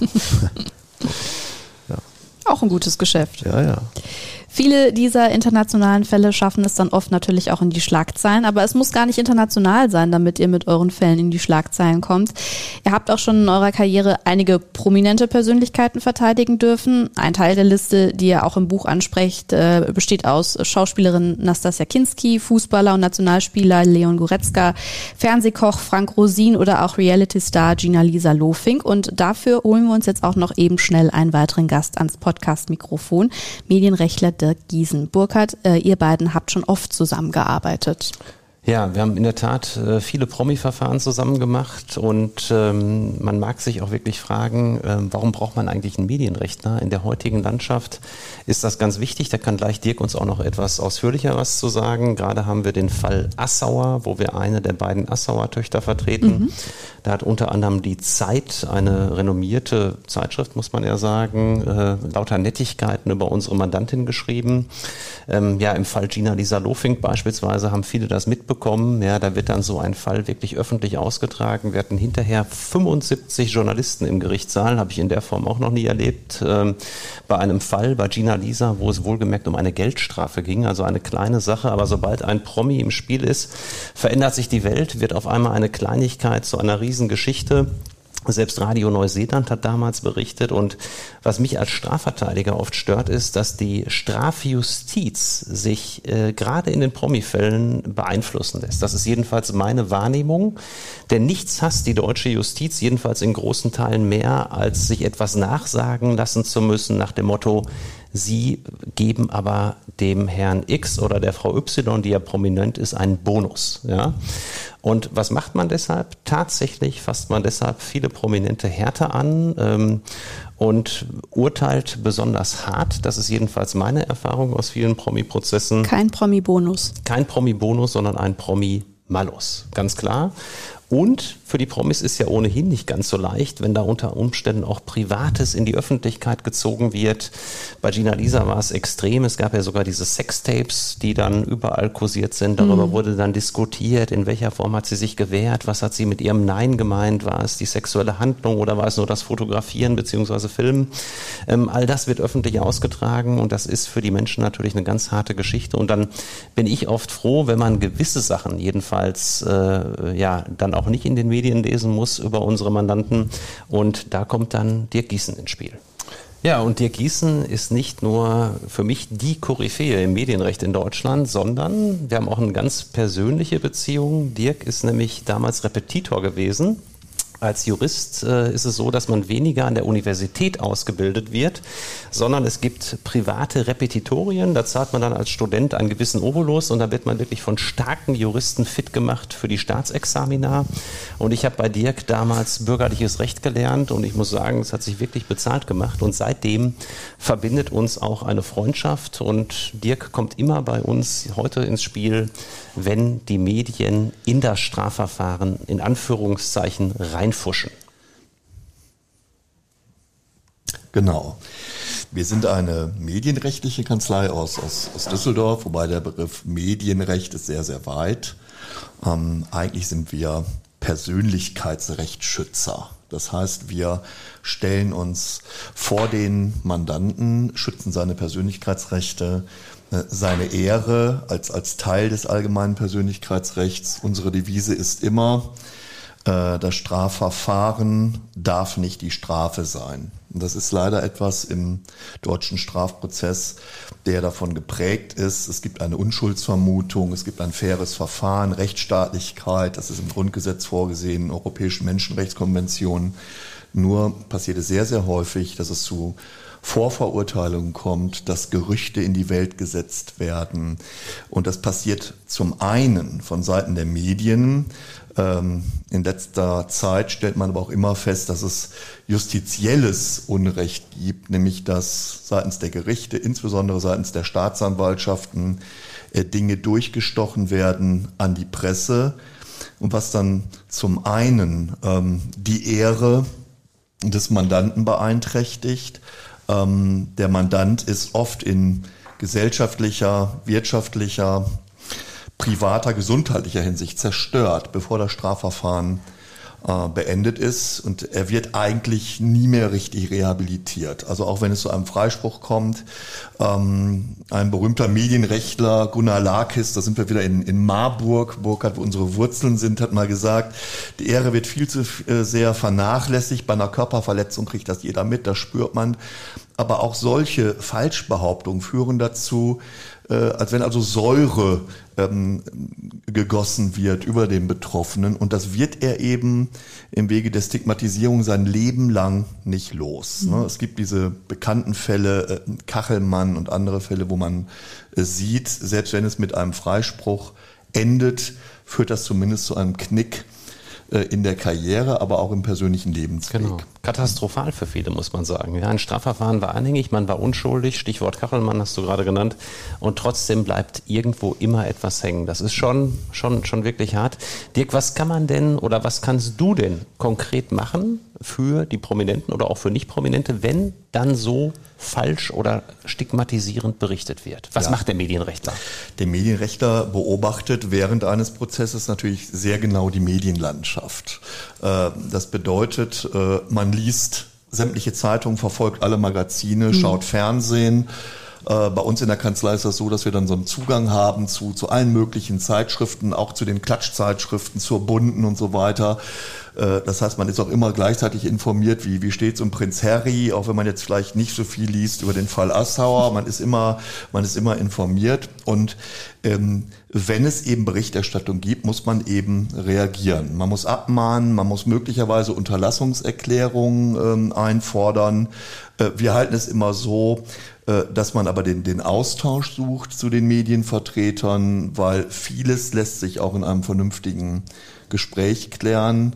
Ja. Auch ein gutes Geschäft. Ja, ja. Viele dieser internationalen Fälle schaffen es dann oft natürlich auch in die Schlagzeilen, aber es muss gar nicht international sein, damit ihr mit euren Fällen in die Schlagzeilen kommt. Ihr habt auch schon in eurer Karriere einige prominente Persönlichkeiten verteidigen dürfen. Ein Teil der Liste, die ihr auch im Buch ansprecht, besteht aus Schauspielerin Nastassja Kinski, Fußballer und Nationalspieler Leon Goretzka, Fernsehkoch Frank Rosin oder auch Reality-Star Gina-Lisa Lofink. Und dafür holen wir uns jetzt auch noch eben schnell einen weiteren Gast ans Podcast-Mikrofon, Medienrechtler Dirk Giesen. Burkhard, äh, ihr beiden habt schon oft zusammengearbeitet. Ja, wir haben in der Tat äh, viele Promi-Verfahren zusammen gemacht und ähm, man mag sich auch wirklich fragen, äh, warum braucht man eigentlich einen Medienrechtler? In der heutigen Landschaft ist das ganz wichtig. Da kann gleich Dirk uns auch noch etwas ausführlicher was zu sagen. Gerade haben wir den Fall Assauer, wo wir eine der beiden Assauer Töchter vertreten. Mhm. Da hat unter anderem die Zeit, eine renommierte Zeitschrift, muss man ja sagen, äh, lauter Nettigkeiten über unsere Mandantin geschrieben. Ähm, ja, im Fall Gina-Lisa Lofink beispielsweise haben viele das mitbekommen. Ja, da wird dann so ein Fall wirklich öffentlich ausgetragen. Wir hatten hinterher fünfundsiebzig Journalisten im Gerichtssaal, habe ich in der Form auch noch nie erlebt, ähm, bei einem Fall bei Gina-Lisa, wo es wohlgemerkt um eine Geldstrafe ging, also eine kleine Sache, aber sobald ein Promi im Spiel ist, verändert sich die Welt, wird auf einmal eine Kleinigkeit zu einer Riesengeschichte. Selbst Radio Neuseeland hat damals berichtet und was mich als Strafverteidiger oft stört, ist, dass die Strafjustiz sich äh, gerade in den Promi-Fällen beeinflussen lässt. Das ist jedenfalls meine Wahrnehmung, denn nichts hasst die deutsche Justiz, jedenfalls in großen Teilen mehr, als sich etwas nachsagen lassen zu müssen nach dem Motto, Sie geben aber dem Herrn X oder der Frau Y, die ja prominent ist, einen Bonus. Ja? Und was macht man deshalb? Tatsächlich fasst man deshalb viele Prominente härter an ähm, und urteilt besonders hart. Das ist jedenfalls meine Erfahrung aus vielen Promi-Prozessen. Kein Promi-Bonus. Kein Promi-Bonus, sondern ein Promi-Malus. Ganz klar. Und für die Promis ist ja ohnehin nicht ganz so leicht, wenn da unter Umständen auch Privates in die Öffentlichkeit gezogen wird. Bei Gina-Lisa war es extrem. Es gab ja sogar diese Sextapes, die dann überall kursiert sind. Darüber mhm. wurde dann diskutiert, in welcher Form hat sie sich gewehrt, was hat sie mit ihrem Nein gemeint, war es die sexuelle Handlung oder war es nur das Fotografieren bzw. Filmen. Ähm, all das wird öffentlich ausgetragen und das ist für die Menschen natürlich eine ganz harte Geschichte. Und dann bin ich oft froh, wenn man gewisse Sachen jedenfalls äh, ja dann auch nicht in den Medien lesen muss über unsere Mandanten. Und da kommt dann Dirk Giesen ins Spiel. Ja, und Dirk Giesen ist nicht nur für mich die Koryphäe im Medienrecht in Deutschland, sondern wir haben auch eine ganz persönliche Beziehung. Dirk ist nämlich damals Repetitor gewesen. Als Jurist äh, ist es so, dass man weniger an der Universität ausgebildet wird, sondern es gibt private Repetitorien. Da zahlt man dann als Student einen gewissen Obolus und da wird man wirklich von starken Juristen fit gemacht für die Staatsexamina. Und ich habe bei Dirk damals bürgerliches Recht gelernt und ich muss sagen, es hat sich wirklich bezahlt gemacht. Und seitdem verbindet uns auch eine Freundschaft und Dirk kommt immer bei uns heute ins Spiel, wenn die Medien in das Strafverfahren in Anführungszeichen reinfuschen. Genau. Wir sind eine medienrechtliche Kanzlei aus, aus, aus Düsseldorf, wobei der Begriff Medienrecht ist sehr, sehr weit. Ähm, eigentlich sind wir Persönlichkeitsrechtsschützer. Das heißt, wir stellen uns vor den Mandanten, schützen seine Persönlichkeitsrechte, seine Ehre als, als Teil des allgemeinen Persönlichkeitsrechts. Unsere Devise ist immer, äh, das Strafverfahren darf nicht die Strafe sein. Und das ist leider etwas im deutschen Strafprozess, der davon geprägt ist. Es gibt eine Unschuldsvermutung, es gibt ein faires Verfahren, Rechtsstaatlichkeit, das ist im Grundgesetz vorgesehen, in europäischen Menschenrechtskonventionen. Nur passiert es sehr, sehr häufig, dass es zu Vorverurteilungen kommt, dass Gerüchte in die Welt gesetzt werden. Und das passiert zum einen von Seiten der Medien. Ähm, in letzter Zeit stellt man aber auch immer fest, dass es justizielles Unrecht gibt, nämlich dass seitens der Gerichte, insbesondere seitens der Staatsanwaltschaften, äh, Dinge durchgestochen werden an die Presse. Und was dann zum einen ähm, die Ehre des Mandanten beeinträchtigt. Ähm, der Mandant ist oft in gesellschaftlicher, wirtschaftlicher privater, gesundheitlicher Hinsicht zerstört, bevor das Strafverfahren äh, beendet ist, und er wird eigentlich nie mehr richtig rehabilitiert. Also auch wenn es zu einem Freispruch kommt, ähm, ein berühmter Medienrechtler, Gunnar Lakis, da sind wir wieder in, in Marburg, Burkhardt, wo unsere Wurzeln sind, hat mal gesagt, die Ehre wird viel zu äh, sehr vernachlässigt, bei einer Körperverletzung kriegt das jeder mit, das spürt man. Aber auch solche Falschbehauptungen führen dazu, äh, als wenn also Säure ähm, gegossen wird über den Betroffenen. Und das wird er eben im Wege der Stigmatisierung sein Leben lang nicht los. Mhm. Ne? Es gibt diese bekannten Fälle, äh, Kachelmann und andere Fälle, wo man äh, sieht, selbst wenn es mit einem Freispruch endet, führt das zumindest zu einem Knick in der Karriere, aber auch im persönlichen Lebensweg. Genau. Katastrophal für viele, muss man sagen. Ja, ein Strafverfahren war anhängig, man war unschuldig, Stichwort Kachelmann hast du gerade genannt, und trotzdem bleibt irgendwo immer etwas hängen. Das ist schon, schon, schon wirklich hart. Dirk, was kann man denn oder was kannst du denn konkret machen für die Prominenten oder auch für Nicht-Prominente, wenn dann so falsch oder stigmatisierend berichtet wird? Was ja. macht der Medienrechtler? Der Medienrechtler beobachtet während eines Prozesses natürlich sehr genau die Medienlandschaft. Das bedeutet, man liest sämtliche Zeitungen, verfolgt alle Magazine, mhm. schaut Fernsehen. Bei uns in der Kanzlei ist das so, dass wir dann so einen Zugang haben zu, zu allen möglichen Zeitschriften, auch zu den Klatschzeitschriften, zur Bunten und so weiter. Das heißt, man ist auch immer gleichzeitig informiert, wie, wie steht es um Prinz Harry, auch wenn man jetzt vielleicht nicht so viel liest über den Fall Assauer. Man ist immer, man ist immer informiert. Und ähm, wenn es eben Berichterstattung gibt, muss man eben reagieren. Man muss abmahnen, man muss möglicherweise Unterlassungserklärungen ähm, einfordern. Äh, wir halten es immer so, äh, dass man aber den, den Austausch sucht zu den Medienvertretern, weil vieles lässt sich auch in einem vernünftigen Gespräch klären.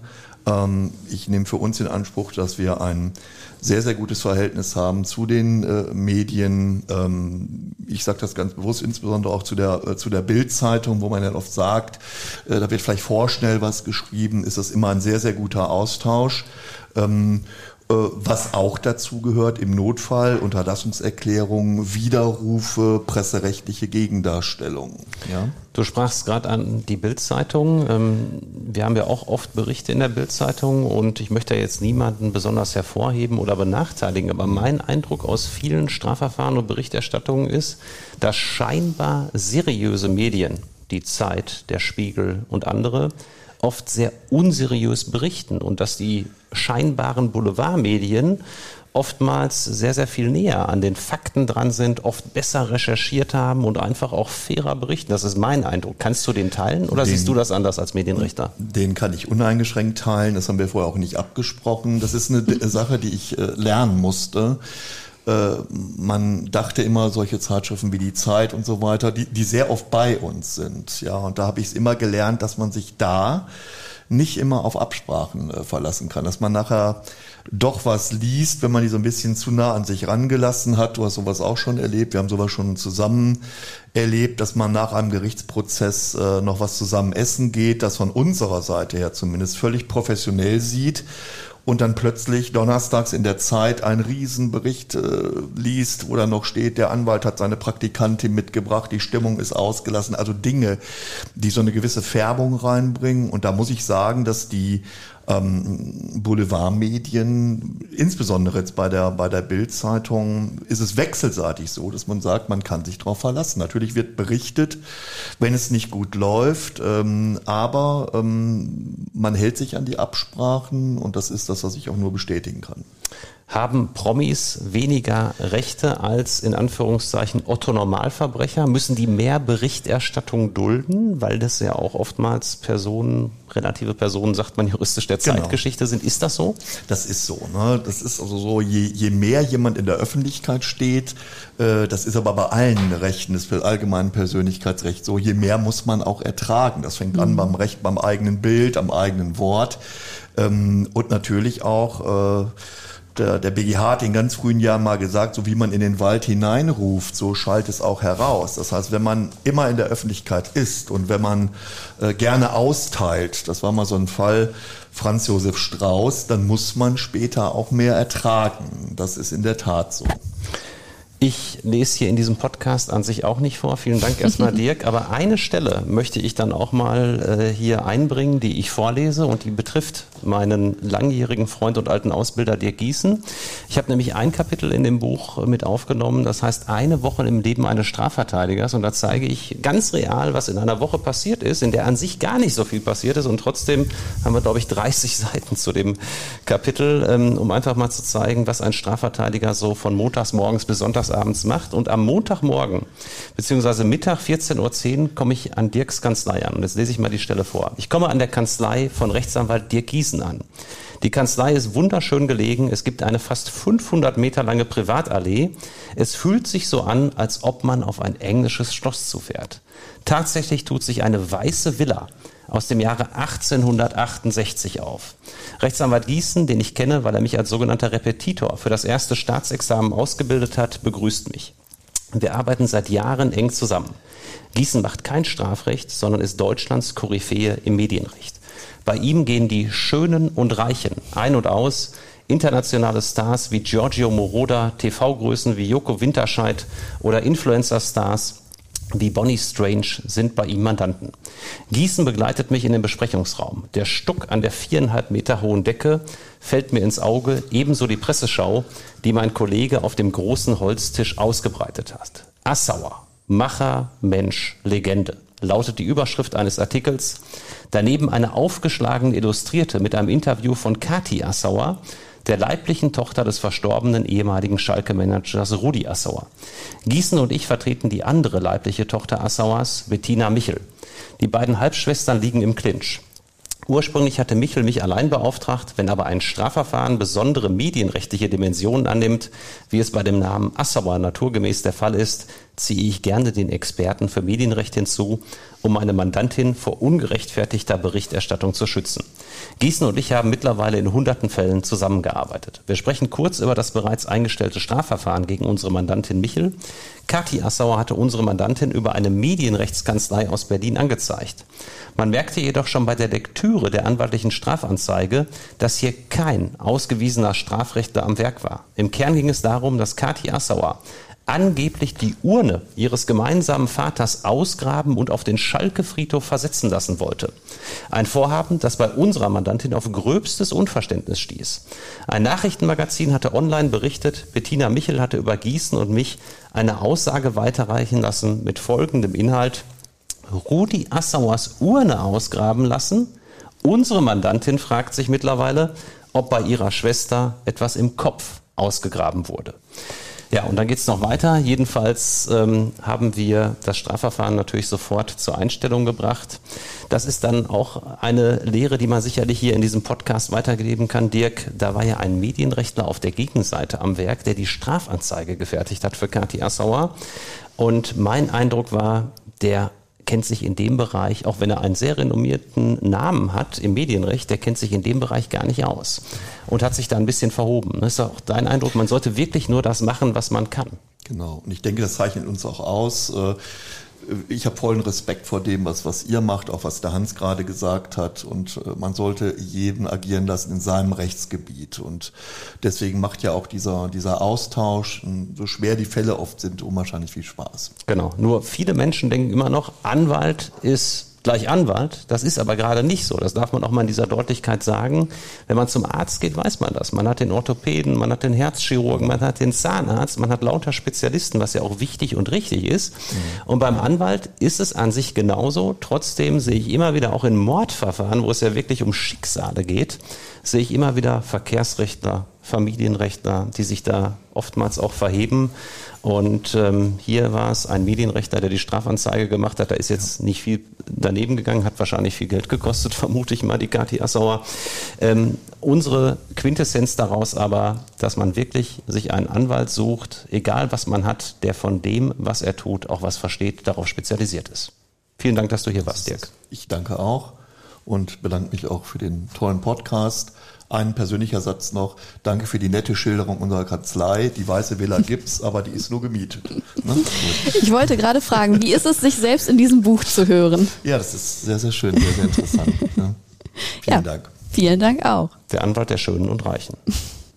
Ich nehme für uns in Anspruch, dass wir ein sehr, sehr gutes Verhältnis haben zu den äh, Medien. Ähm, ich sage das ganz bewusst, insbesondere auch zu der, äh, zu der Bild-Zeitung, wo man ja oft sagt, äh, da wird vielleicht vorschnell was geschrieben, ist das immer ein sehr, sehr guter Austausch. Ähm, Was auch dazu gehört, im Notfall Unterlassungserklärungen, Widerrufe, presserechtliche Gegendarstellungen. Ja? Du sprachst gerade an die Bild-Zeitung. Wir haben ja auch oft Berichte in der Bild-Zeitung und ich möchte jetzt niemanden besonders hervorheben oder benachteiligen, aber mein Eindruck aus vielen Strafverfahren und Berichterstattungen ist, dass scheinbar seriöse Medien, die Zeit, der Spiegel und andere, oft sehr unseriös berichten und dass die scheinbaren Boulevardmedien oftmals sehr, sehr viel näher an den Fakten dran sind, oft besser recherchiert haben und einfach auch fairer berichten. Das ist mein Eindruck. Kannst du den teilen oder den, siehst du das anders als Medienrichter? Den kann ich uneingeschränkt teilen. Das haben wir vorher auch nicht abgesprochen. Das ist eine Sache, die ich äh, lernen musste. Man dachte immer, solche Zeitschriften wie die Zeit und so weiter, die, die sehr oft bei uns sind. Ja, und da habe ich es immer gelernt, dass man sich da nicht immer auf Absprachen äh, verlassen kann, dass man nachher doch was liest, wenn man die so ein bisschen zu nah an sich rangelassen hat. Du hast sowas auch schon erlebt, wir haben sowas schon zusammen erlebt, dass man nach einem Gerichtsprozess äh, noch was zusammen essen geht, das von unserer Seite her zumindest völlig professionell sieht. Und dann plötzlich donnerstags in der Zeit einen Riesenbericht äh, liest, wo dann noch steht, der Anwalt hat seine Praktikantin mitgebracht, die Stimmung ist ausgelassen. Also Dinge, die so eine gewisse Färbung reinbringen. Und da muss ich sagen, dass die ähm, Boulevardmedien, insbesondere jetzt bei der bei der Bild-Zeitung, ist es wechselseitig so, dass man sagt, man kann sich darauf verlassen. Natürlich wird berichtet, wenn es nicht gut läuft, ähm, aber ähm, man hält sich an die Absprachen und das ist das, was ich auch nur bestätigen kann. Haben Promis weniger Rechte als in Anführungszeichen Otto-Normalverbrecher? Müssen die mehr Berichterstattung dulden, weil das ja auch oftmals Personen, relative Personen, sagt man juristisch, der genau. Zeitgeschichte sind? Ist das so? Das ist so. Ne? Das ist also so, je, je mehr jemand in der Öffentlichkeit steht, äh, das ist aber bei allen Rechten des allgemeinen Persönlichkeitsrechts so, je mehr muss man auch ertragen. Das fängt mhm. an beim Recht, beim eigenen Bild, am eigenen Wort ähm, und natürlich auch äh, Der, der B G H hat in ganz frühen Jahren mal gesagt, so wie man in den Wald hineinruft, so schallt es auch heraus. Das heißt, wenn man immer in der Öffentlichkeit ist und wenn man äh, gerne austeilt, das war mal so ein Fall, Franz Josef Strauß, dann muss man später auch mehr ertragen. Das ist in der Tat so. Ich lese hier in diesem Podcast an sich auch nicht vor. Vielen Dank erstmal, Dirk. Aber eine Stelle möchte ich dann auch mal äh, hier einbringen, die ich vorlese und die betrifft meinen langjährigen Freund und alten Ausbilder Dirk Gießen. Ich habe nämlich ein Kapitel in dem Buch mit aufgenommen, das heißt eine Woche im Leben eines Strafverteidigers, und da zeige ich ganz real, was in einer Woche passiert ist, in der an sich gar nicht so viel passiert ist, und trotzdem haben wir, glaube ich, dreißig Seiten zu dem Kapitel, ähm, um einfach mal zu zeigen, was ein Strafverteidiger so von montags morgens bis sonntags abends macht. Und am Montagmorgen, beziehungsweise Mittag vierzehn Uhr zehn, komme ich an Dirks Kanzlei an. Und jetzt lese ich mal die Stelle vor. Ich komme an der Kanzlei von Rechtsanwalt Dirk Gießen an. Die Kanzlei ist wunderschön gelegen. Es gibt eine fast fünfhundert Meter lange Privatallee. Es fühlt sich so an, als ob man auf ein englisches Schloss zufährt. Tatsächlich tut sich eine weiße Villa aus dem Jahre achtzehnhundertachtundsechzig auf. Rechtsanwalt Gießen, den ich kenne, weil er mich als sogenannter Repetitor für das erste Staatsexamen ausgebildet hat, begrüßt mich. Wir arbeiten seit Jahren eng zusammen. Gießen macht kein Strafrecht, sondern ist Deutschlands Koryphäe im Medienrecht. Bei ihm gehen die Schönen und Reichen ein und aus. Internationale Stars wie Giorgio Moroder, T V-Größen wie Joko Winterscheid oder Influencer-Stars wie Bonnie Strange sind bei ihm Mandanten. Gießen begleitet mich in den Besprechungsraum. Der Stuck an der viereinhalb Meter hohen Decke fällt mir ins Auge, ebenso die Presseschau, die mein Kollege auf dem großen Holztisch ausgebreitet hat. Assauer, Macher, Mensch, Legende, lautet die Überschrift eines Artikels. Daneben eine aufgeschlagene Illustrierte mit einem Interview von Kathi Assauer, der leiblichen Tochter des verstorbenen ehemaligen Schalke-Managers Rudi Assauer. Gießen und ich vertreten die andere leibliche Tochter Assauers, Bettina Michel. Die beiden Halbschwestern liegen im Clinch. Ursprünglich hatte Michel mich allein beauftragt, wenn aber ein Strafverfahren besondere medienrechtliche Dimensionen annimmt, wie es bei dem Namen Assauer naturgemäß der Fall ist, ziehe ich gerne den Experten für Medienrecht hinzu, um meine Mandantin vor ungerechtfertigter Berichterstattung zu schützen. Gießen und ich haben mittlerweile in hunderten Fällen zusammengearbeitet. Wir sprechen kurz über das bereits eingestellte Strafverfahren gegen unsere Mandantin Michel. Kathi Assauer hatte unsere Mandantin über eine Medienrechtskanzlei aus Berlin angezeigt. Man merkte jedoch schon bei der Lektüre der anwaltlichen Strafanzeige, dass hier kein ausgewiesener Strafrechtler am Werk war. Im Kern ging es darum, dass Kathi Assauer angeblich die Urne ihres gemeinsamen Vaters ausgraben und auf den Schalke-Friedhof versetzen lassen wollte. Ein Vorhaben, das bei unserer Mandantin auf gröbstes Unverständnis stieß. Ein Nachrichtenmagazin hatte online berichtet, Bettina Michel hatte über Gießen und mich eine Aussage weiterreichen lassen mit folgendem Inhalt: Rudi Assauers Urne ausgraben lassen? Unsere Mandantin fragt sich mittlerweile, ob bei ihrer Schwester etwas im Kopf ausgegraben wurde. Ja, und dann geht's noch weiter. Jedenfalls ähm, haben wir das Strafverfahren natürlich sofort zur Einstellung gebracht. Das ist dann auch eine Lehre, die man sicherlich hier in diesem Podcast weitergeben kann. Dirk, da war ja ein Medienrechtler auf der Gegenseite am Werk, der die Strafanzeige gefertigt hat für Kathi Assauer. Und mein Eindruck war, der kennt sich in dem Bereich, auch wenn er einen sehr renommierten Namen hat im Medienrecht, der kennt sich in dem Bereich gar nicht aus und hat sich da ein bisschen verhoben. Das ist auch dein Eindruck, man sollte wirklich nur das machen, was man kann. Genau, und ich denke, das zeichnet uns auch aus. Ich habe vollen Respekt vor dem, was, was ihr macht, auch was der Hans gerade gesagt hat. Und man sollte jeden agieren lassen in seinem Rechtsgebiet. Und deswegen macht ja auch dieser, dieser Austausch, so schwer die Fälle oft sind, unwahrscheinlich viel Spaß. Genau, nur viele Menschen denken immer noch, Anwalt ist gleich Anwalt. Das ist aber gerade nicht so. Das darf man auch mal in dieser Deutlichkeit sagen. Wenn man zum Arzt geht, weiß man das. Man hat den Orthopäden, man hat den Herzchirurgen, man hat den Zahnarzt, man hat lauter Spezialisten, was ja auch wichtig und richtig ist. Mhm. Und beim Anwalt ist es an sich genauso. Trotzdem sehe ich immer wieder auch in Mordverfahren, wo es ja wirklich um Schicksale geht, sehe ich immer wieder Verkehrsrechtler, Familienrechtler, die sich da oftmals auch verheben. Und ähm, hier war es ein Medienrechtler, der die Strafanzeige gemacht hat. Da ist jetzt nicht viel daneben gegangen, hat wahrscheinlich viel Geld gekostet, vermute ich mal, die Kathi Assauer. Ähm, unsere Quintessenz daraus aber, dass man wirklich sich einen Anwalt sucht, egal was man hat, der von dem, was er tut, auch was versteht, darauf spezialisiert ist. Vielen Dank, dass du hier warst, Dirk. Ich danke auch und bedanke mich auch für den tollen Podcast. Ein persönlicher Satz noch. Danke für die nette Schilderung unserer Kanzlei. Die weiße Villa gibt's, aber die ist nur gemietet. Ne? Ich wollte gerade fragen, wie ist es, sich selbst in diesem Buch zu hören? Ja, das ist sehr, sehr schön, sehr, sehr interessant. Ne? Vielen ja, Dank. Vielen Dank auch. Der Anwalt der Schönen und Reichen.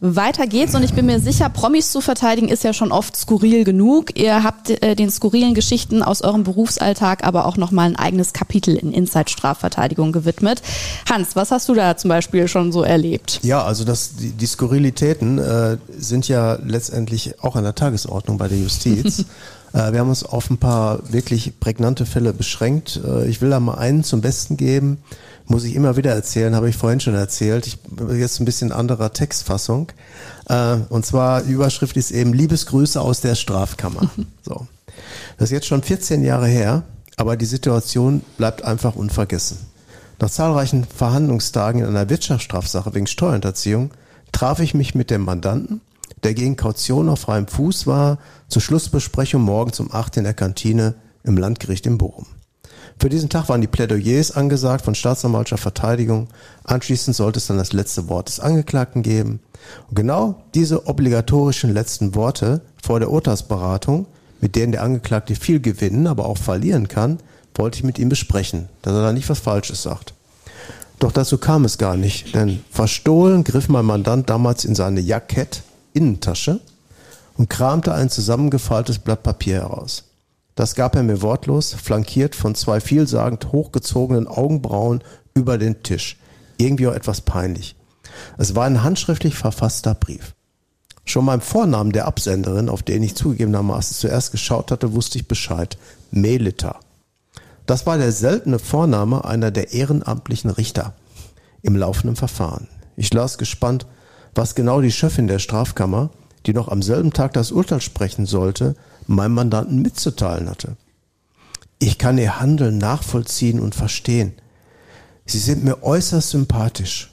Weiter geht's und ich bin mir sicher, Promis zu verteidigen ist ja schon oft skurril genug. Ihr habt äh, den skurrilen Geschichten aus eurem Berufsalltag aber auch nochmal ein eigenes Kapitel in Inside Strafverteidigung gewidmet. Hans, was hast du da zum Beispiel schon so erlebt? Ja, also das, die, die Skurrilitäten äh, sind ja letztendlich auch an der Tagesordnung bei der Justiz. äh, wir haben uns auf ein paar wirklich prägnante Fälle beschränkt. Äh, ich will da mal einen zum Besten geben. Muss ich immer wieder erzählen, habe ich vorhin schon erzählt. Ich jetzt ein bisschen anderer Textfassung. Äh, und zwar, die Überschrift ist eben Liebesgrüße aus der Strafkammer. So. Das ist jetzt schon vierzehn Jahre her, aber die Situation bleibt einfach unvergessen. Nach zahlreichen Verhandlungstagen in einer Wirtschaftsstrafsache wegen Steuerhinterziehung traf ich mich mit dem Mandanten, der gegen Kaution auf freiem Fuß war, zur Schlussbesprechung morgens um acht in der Kantine im Landgericht in Bochum. Für diesen Tag waren die Plädoyers angesagt von Staatsanwaltschaft, Verteidigung. Anschließend sollte es dann das letzte Wort des Angeklagten geben. Und genau diese obligatorischen letzten Worte vor der Urteilsberatung, mit denen der Angeklagte viel gewinnen, aber auch verlieren kann, wollte ich mit ihm besprechen, dass er da nicht was Falsches sagt. Doch dazu kam es gar nicht, denn verstohlen griff mein Mandant damals in seine Jackett-Innentasche und kramte ein zusammengefaltetes Blatt Papier heraus. Das gab er mir wortlos, flankiert von zwei vielsagend hochgezogenen Augenbrauen über den Tisch. Irgendwie auch etwas peinlich. Es war ein handschriftlich verfasster Brief. Schon beim Vornamen der Absenderin, auf den ich zugegebenermaßen zuerst geschaut hatte, wusste ich Bescheid. Melita. Das war der seltene Vorname einer der ehrenamtlichen Richter im laufenden Verfahren. Ich las gespannt, was genau die Chefin der Strafkammer, die noch am selben Tag das Urteil sprechen sollte, meinem Mandanten mitzuteilen hatte. Ich kann ihr Handeln nachvollziehen und verstehen. Sie sind mir äußerst sympathisch.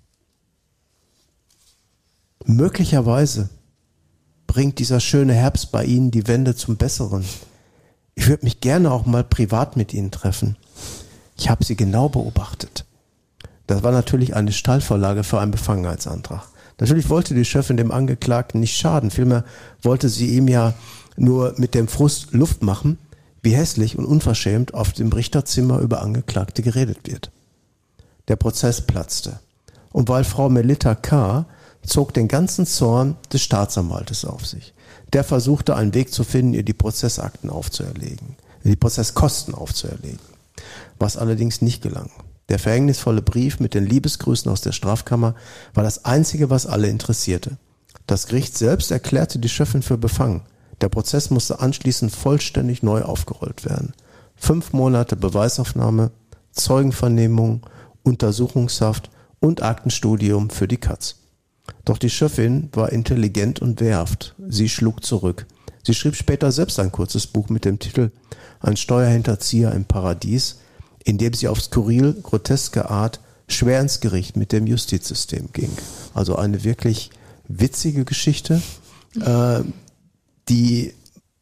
Möglicherweise bringt dieser schöne Herbst bei Ihnen die Wende zum Besseren. Ich würde mich gerne auch mal privat mit Ihnen treffen. Ich habe Sie genau beobachtet. Das war natürlich eine Steilvorlage für einen Befangenheitsantrag. Natürlich wollte die Chefin dem Angeklagten nicht schaden. Vielmehr wollte sie ihm ja nur mit dem Frust Luft machen, wie hässlich und unverschämt auf dem Richterzimmer über Angeklagte geredet wird. Der Prozess platzte. Und weil Frau Melita K. zog den ganzen Zorn des Staatsanwaltes auf sich. Der versuchte, einen Weg zu finden, ihr die Prozessakten aufzuerlegen, die Prozesskosten aufzuerlegen. Was allerdings nicht gelang. Der verhängnisvolle Brief mit den Liebesgrüßen aus der Strafkammer war das Einzige, was alle interessierte. Das Gericht selbst erklärte die Chefin für befangen. Der Prozess musste anschließend vollständig neu aufgerollt werden. Fünf Monate Beweisaufnahme, Zeugenvernehmung, Untersuchungshaft und Aktenstudium für die Katz. Doch die Chefin war intelligent und wehrhaft. Sie schlug zurück. Sie schrieb später selbst ein kurzes Buch mit dem Titel Ein Steuerhinterzieher im Paradies, in dem sie auf skurril, groteske Art schwer ins Gericht mit dem Justizsystem ging. Also eine wirklich witzige Geschichte, äh, die,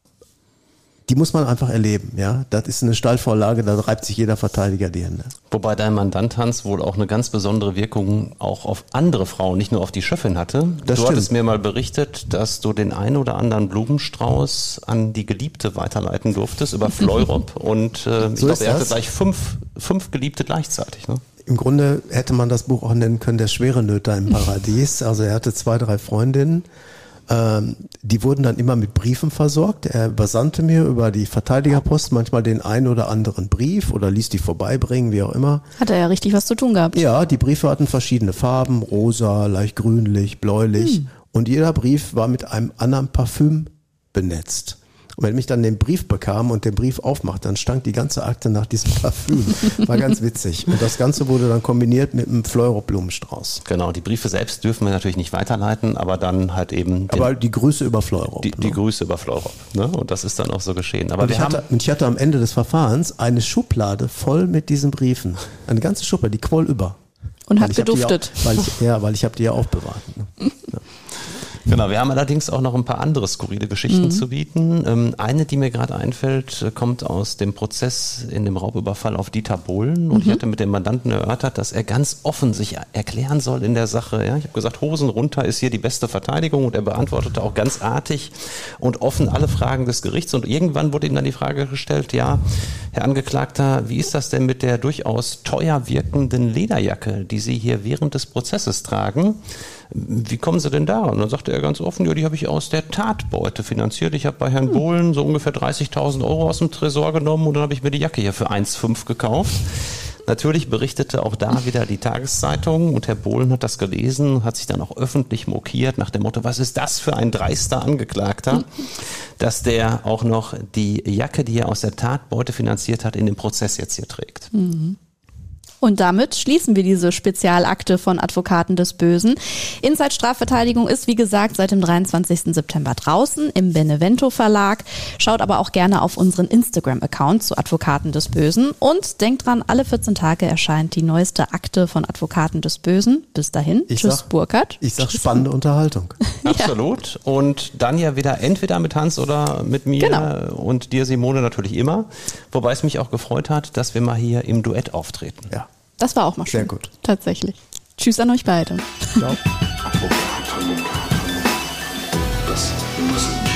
die muss man einfach erleben. Ja, das ist eine Steilvorlage, da reibt sich jeder Verteidiger die Hände. Wobei dein Mandant, Hans, wohl auch eine ganz besondere Wirkung auch auf andere Frauen, nicht nur auf die Chefin hatte. Das du stimmt. hattest mir mal berichtet, dass du den ein oder anderen Blumenstrauß an die Geliebte weiterleiten durftest über Fleurop. Und äh, ich So glaube, ist er hatte das. gleich fünf, fünf Geliebte gleichzeitig. Ne? Im Grunde hätte man das Buch auch nennen können, der schwere Nöter im Paradies. Also er hatte zwei, drei Freundinnen. Ähm, die wurden dann immer mit Briefen versorgt. Er übersandte mir über die Verteidigerpost manchmal den einen oder anderen Brief oder ließ die vorbeibringen, wie auch immer. Hat er ja richtig was zu tun gehabt. Ja, die Briefe hatten verschiedene Farben, rosa, leicht grünlich, bläulich. Hm. Und jeder Brief war mit einem anderen Parfüm benetzt. Und wenn ich dann den Brief bekam und den Brief aufmachte, dann stank die ganze Akte nach diesem Parfüm. War ganz witzig. Und das Ganze wurde dann kombiniert mit einem Fleurop-Blumenstrauß. Genau, die Briefe selbst dürfen wir natürlich nicht weiterleiten, aber dann halt eben den, Aber die Grüße über Fleurop. die, die ne? Grüße über Fleurop. Ne? Und das ist dann auch so geschehen. Aber Und wir ich, haben hatte, und ich hatte am Ende des Verfahrens eine Schublade voll mit diesen Briefen. Eine ganze Schublade, die quoll über. Und Weil hat ich hab die geduftet. Ja, weil ich, ja, weil ich habe die ja aufbewahrt. Ne? Ja. Genau, wir haben allerdings auch noch ein paar andere skurrile Geschichten Mhm. zu bieten. Ähm, eine, die mir gerade einfällt, äh, kommt aus dem Prozess in dem Raubüberfall auf Dieter Bohlen. Und Mhm. ich hatte mit dem Mandanten erörtert, dass er ganz offen sich erklären soll in der Sache. Ja, ich habe gesagt, Hosen runter ist hier die beste Verteidigung. Und er beantwortete auch ganz artig und offen alle Fragen des Gerichts. Und irgendwann wurde ihm dann die Frage gestellt, ja, Herr Angeklagter, wie ist das denn mit der durchaus teuer wirkenden Lederjacke, die Sie hier während des Prozesses tragen? wie kommen Sie denn da? Und dann sagte er ganz offen, ja, die habe ich aus der Tatbeute finanziert. Ich habe bei Herrn Bohlen so ungefähr dreißigtausend Euro aus dem Tresor genommen und dann habe ich mir die Jacke hier für eins Komma fünf gekauft. Natürlich berichtete auch da wieder die Tageszeitung und Herr Bohlen hat das gelesen, hat sich dann auch öffentlich mokiert nach dem Motto, was ist das für ein dreister Angeklagter, dass der auch noch die Jacke, die er aus der Tatbeute finanziert hat, in dem Prozess jetzt hier trägt. Mhm. Und damit schließen wir diese Spezialakte von Advokaten des Bösen. Inside Strafverteidigung ist, wie gesagt, seit dem dreiundzwanzigsten September draußen im Benevento Verlag. Schaut aber auch gerne auf unseren Instagram-Account zu Advokaten des Bösen. Und denkt dran, alle vierzehn Tage erscheint die neueste Akte von Advokaten des Bösen. Bis dahin, ich tschüss sag, Burkhard. Ich sag spannende Unterhaltung. Absolut. Und dann ja wieder entweder mit Hans oder mit mir Genau. und dir, Simone, natürlich immer. Wobei es mich auch gefreut hat, dass wir mal hier im Duett auftreten. Ja. Das war auch mal schön. Sehr gut. Tatsächlich. Tschüss an euch beide. Ciao. Das Böse.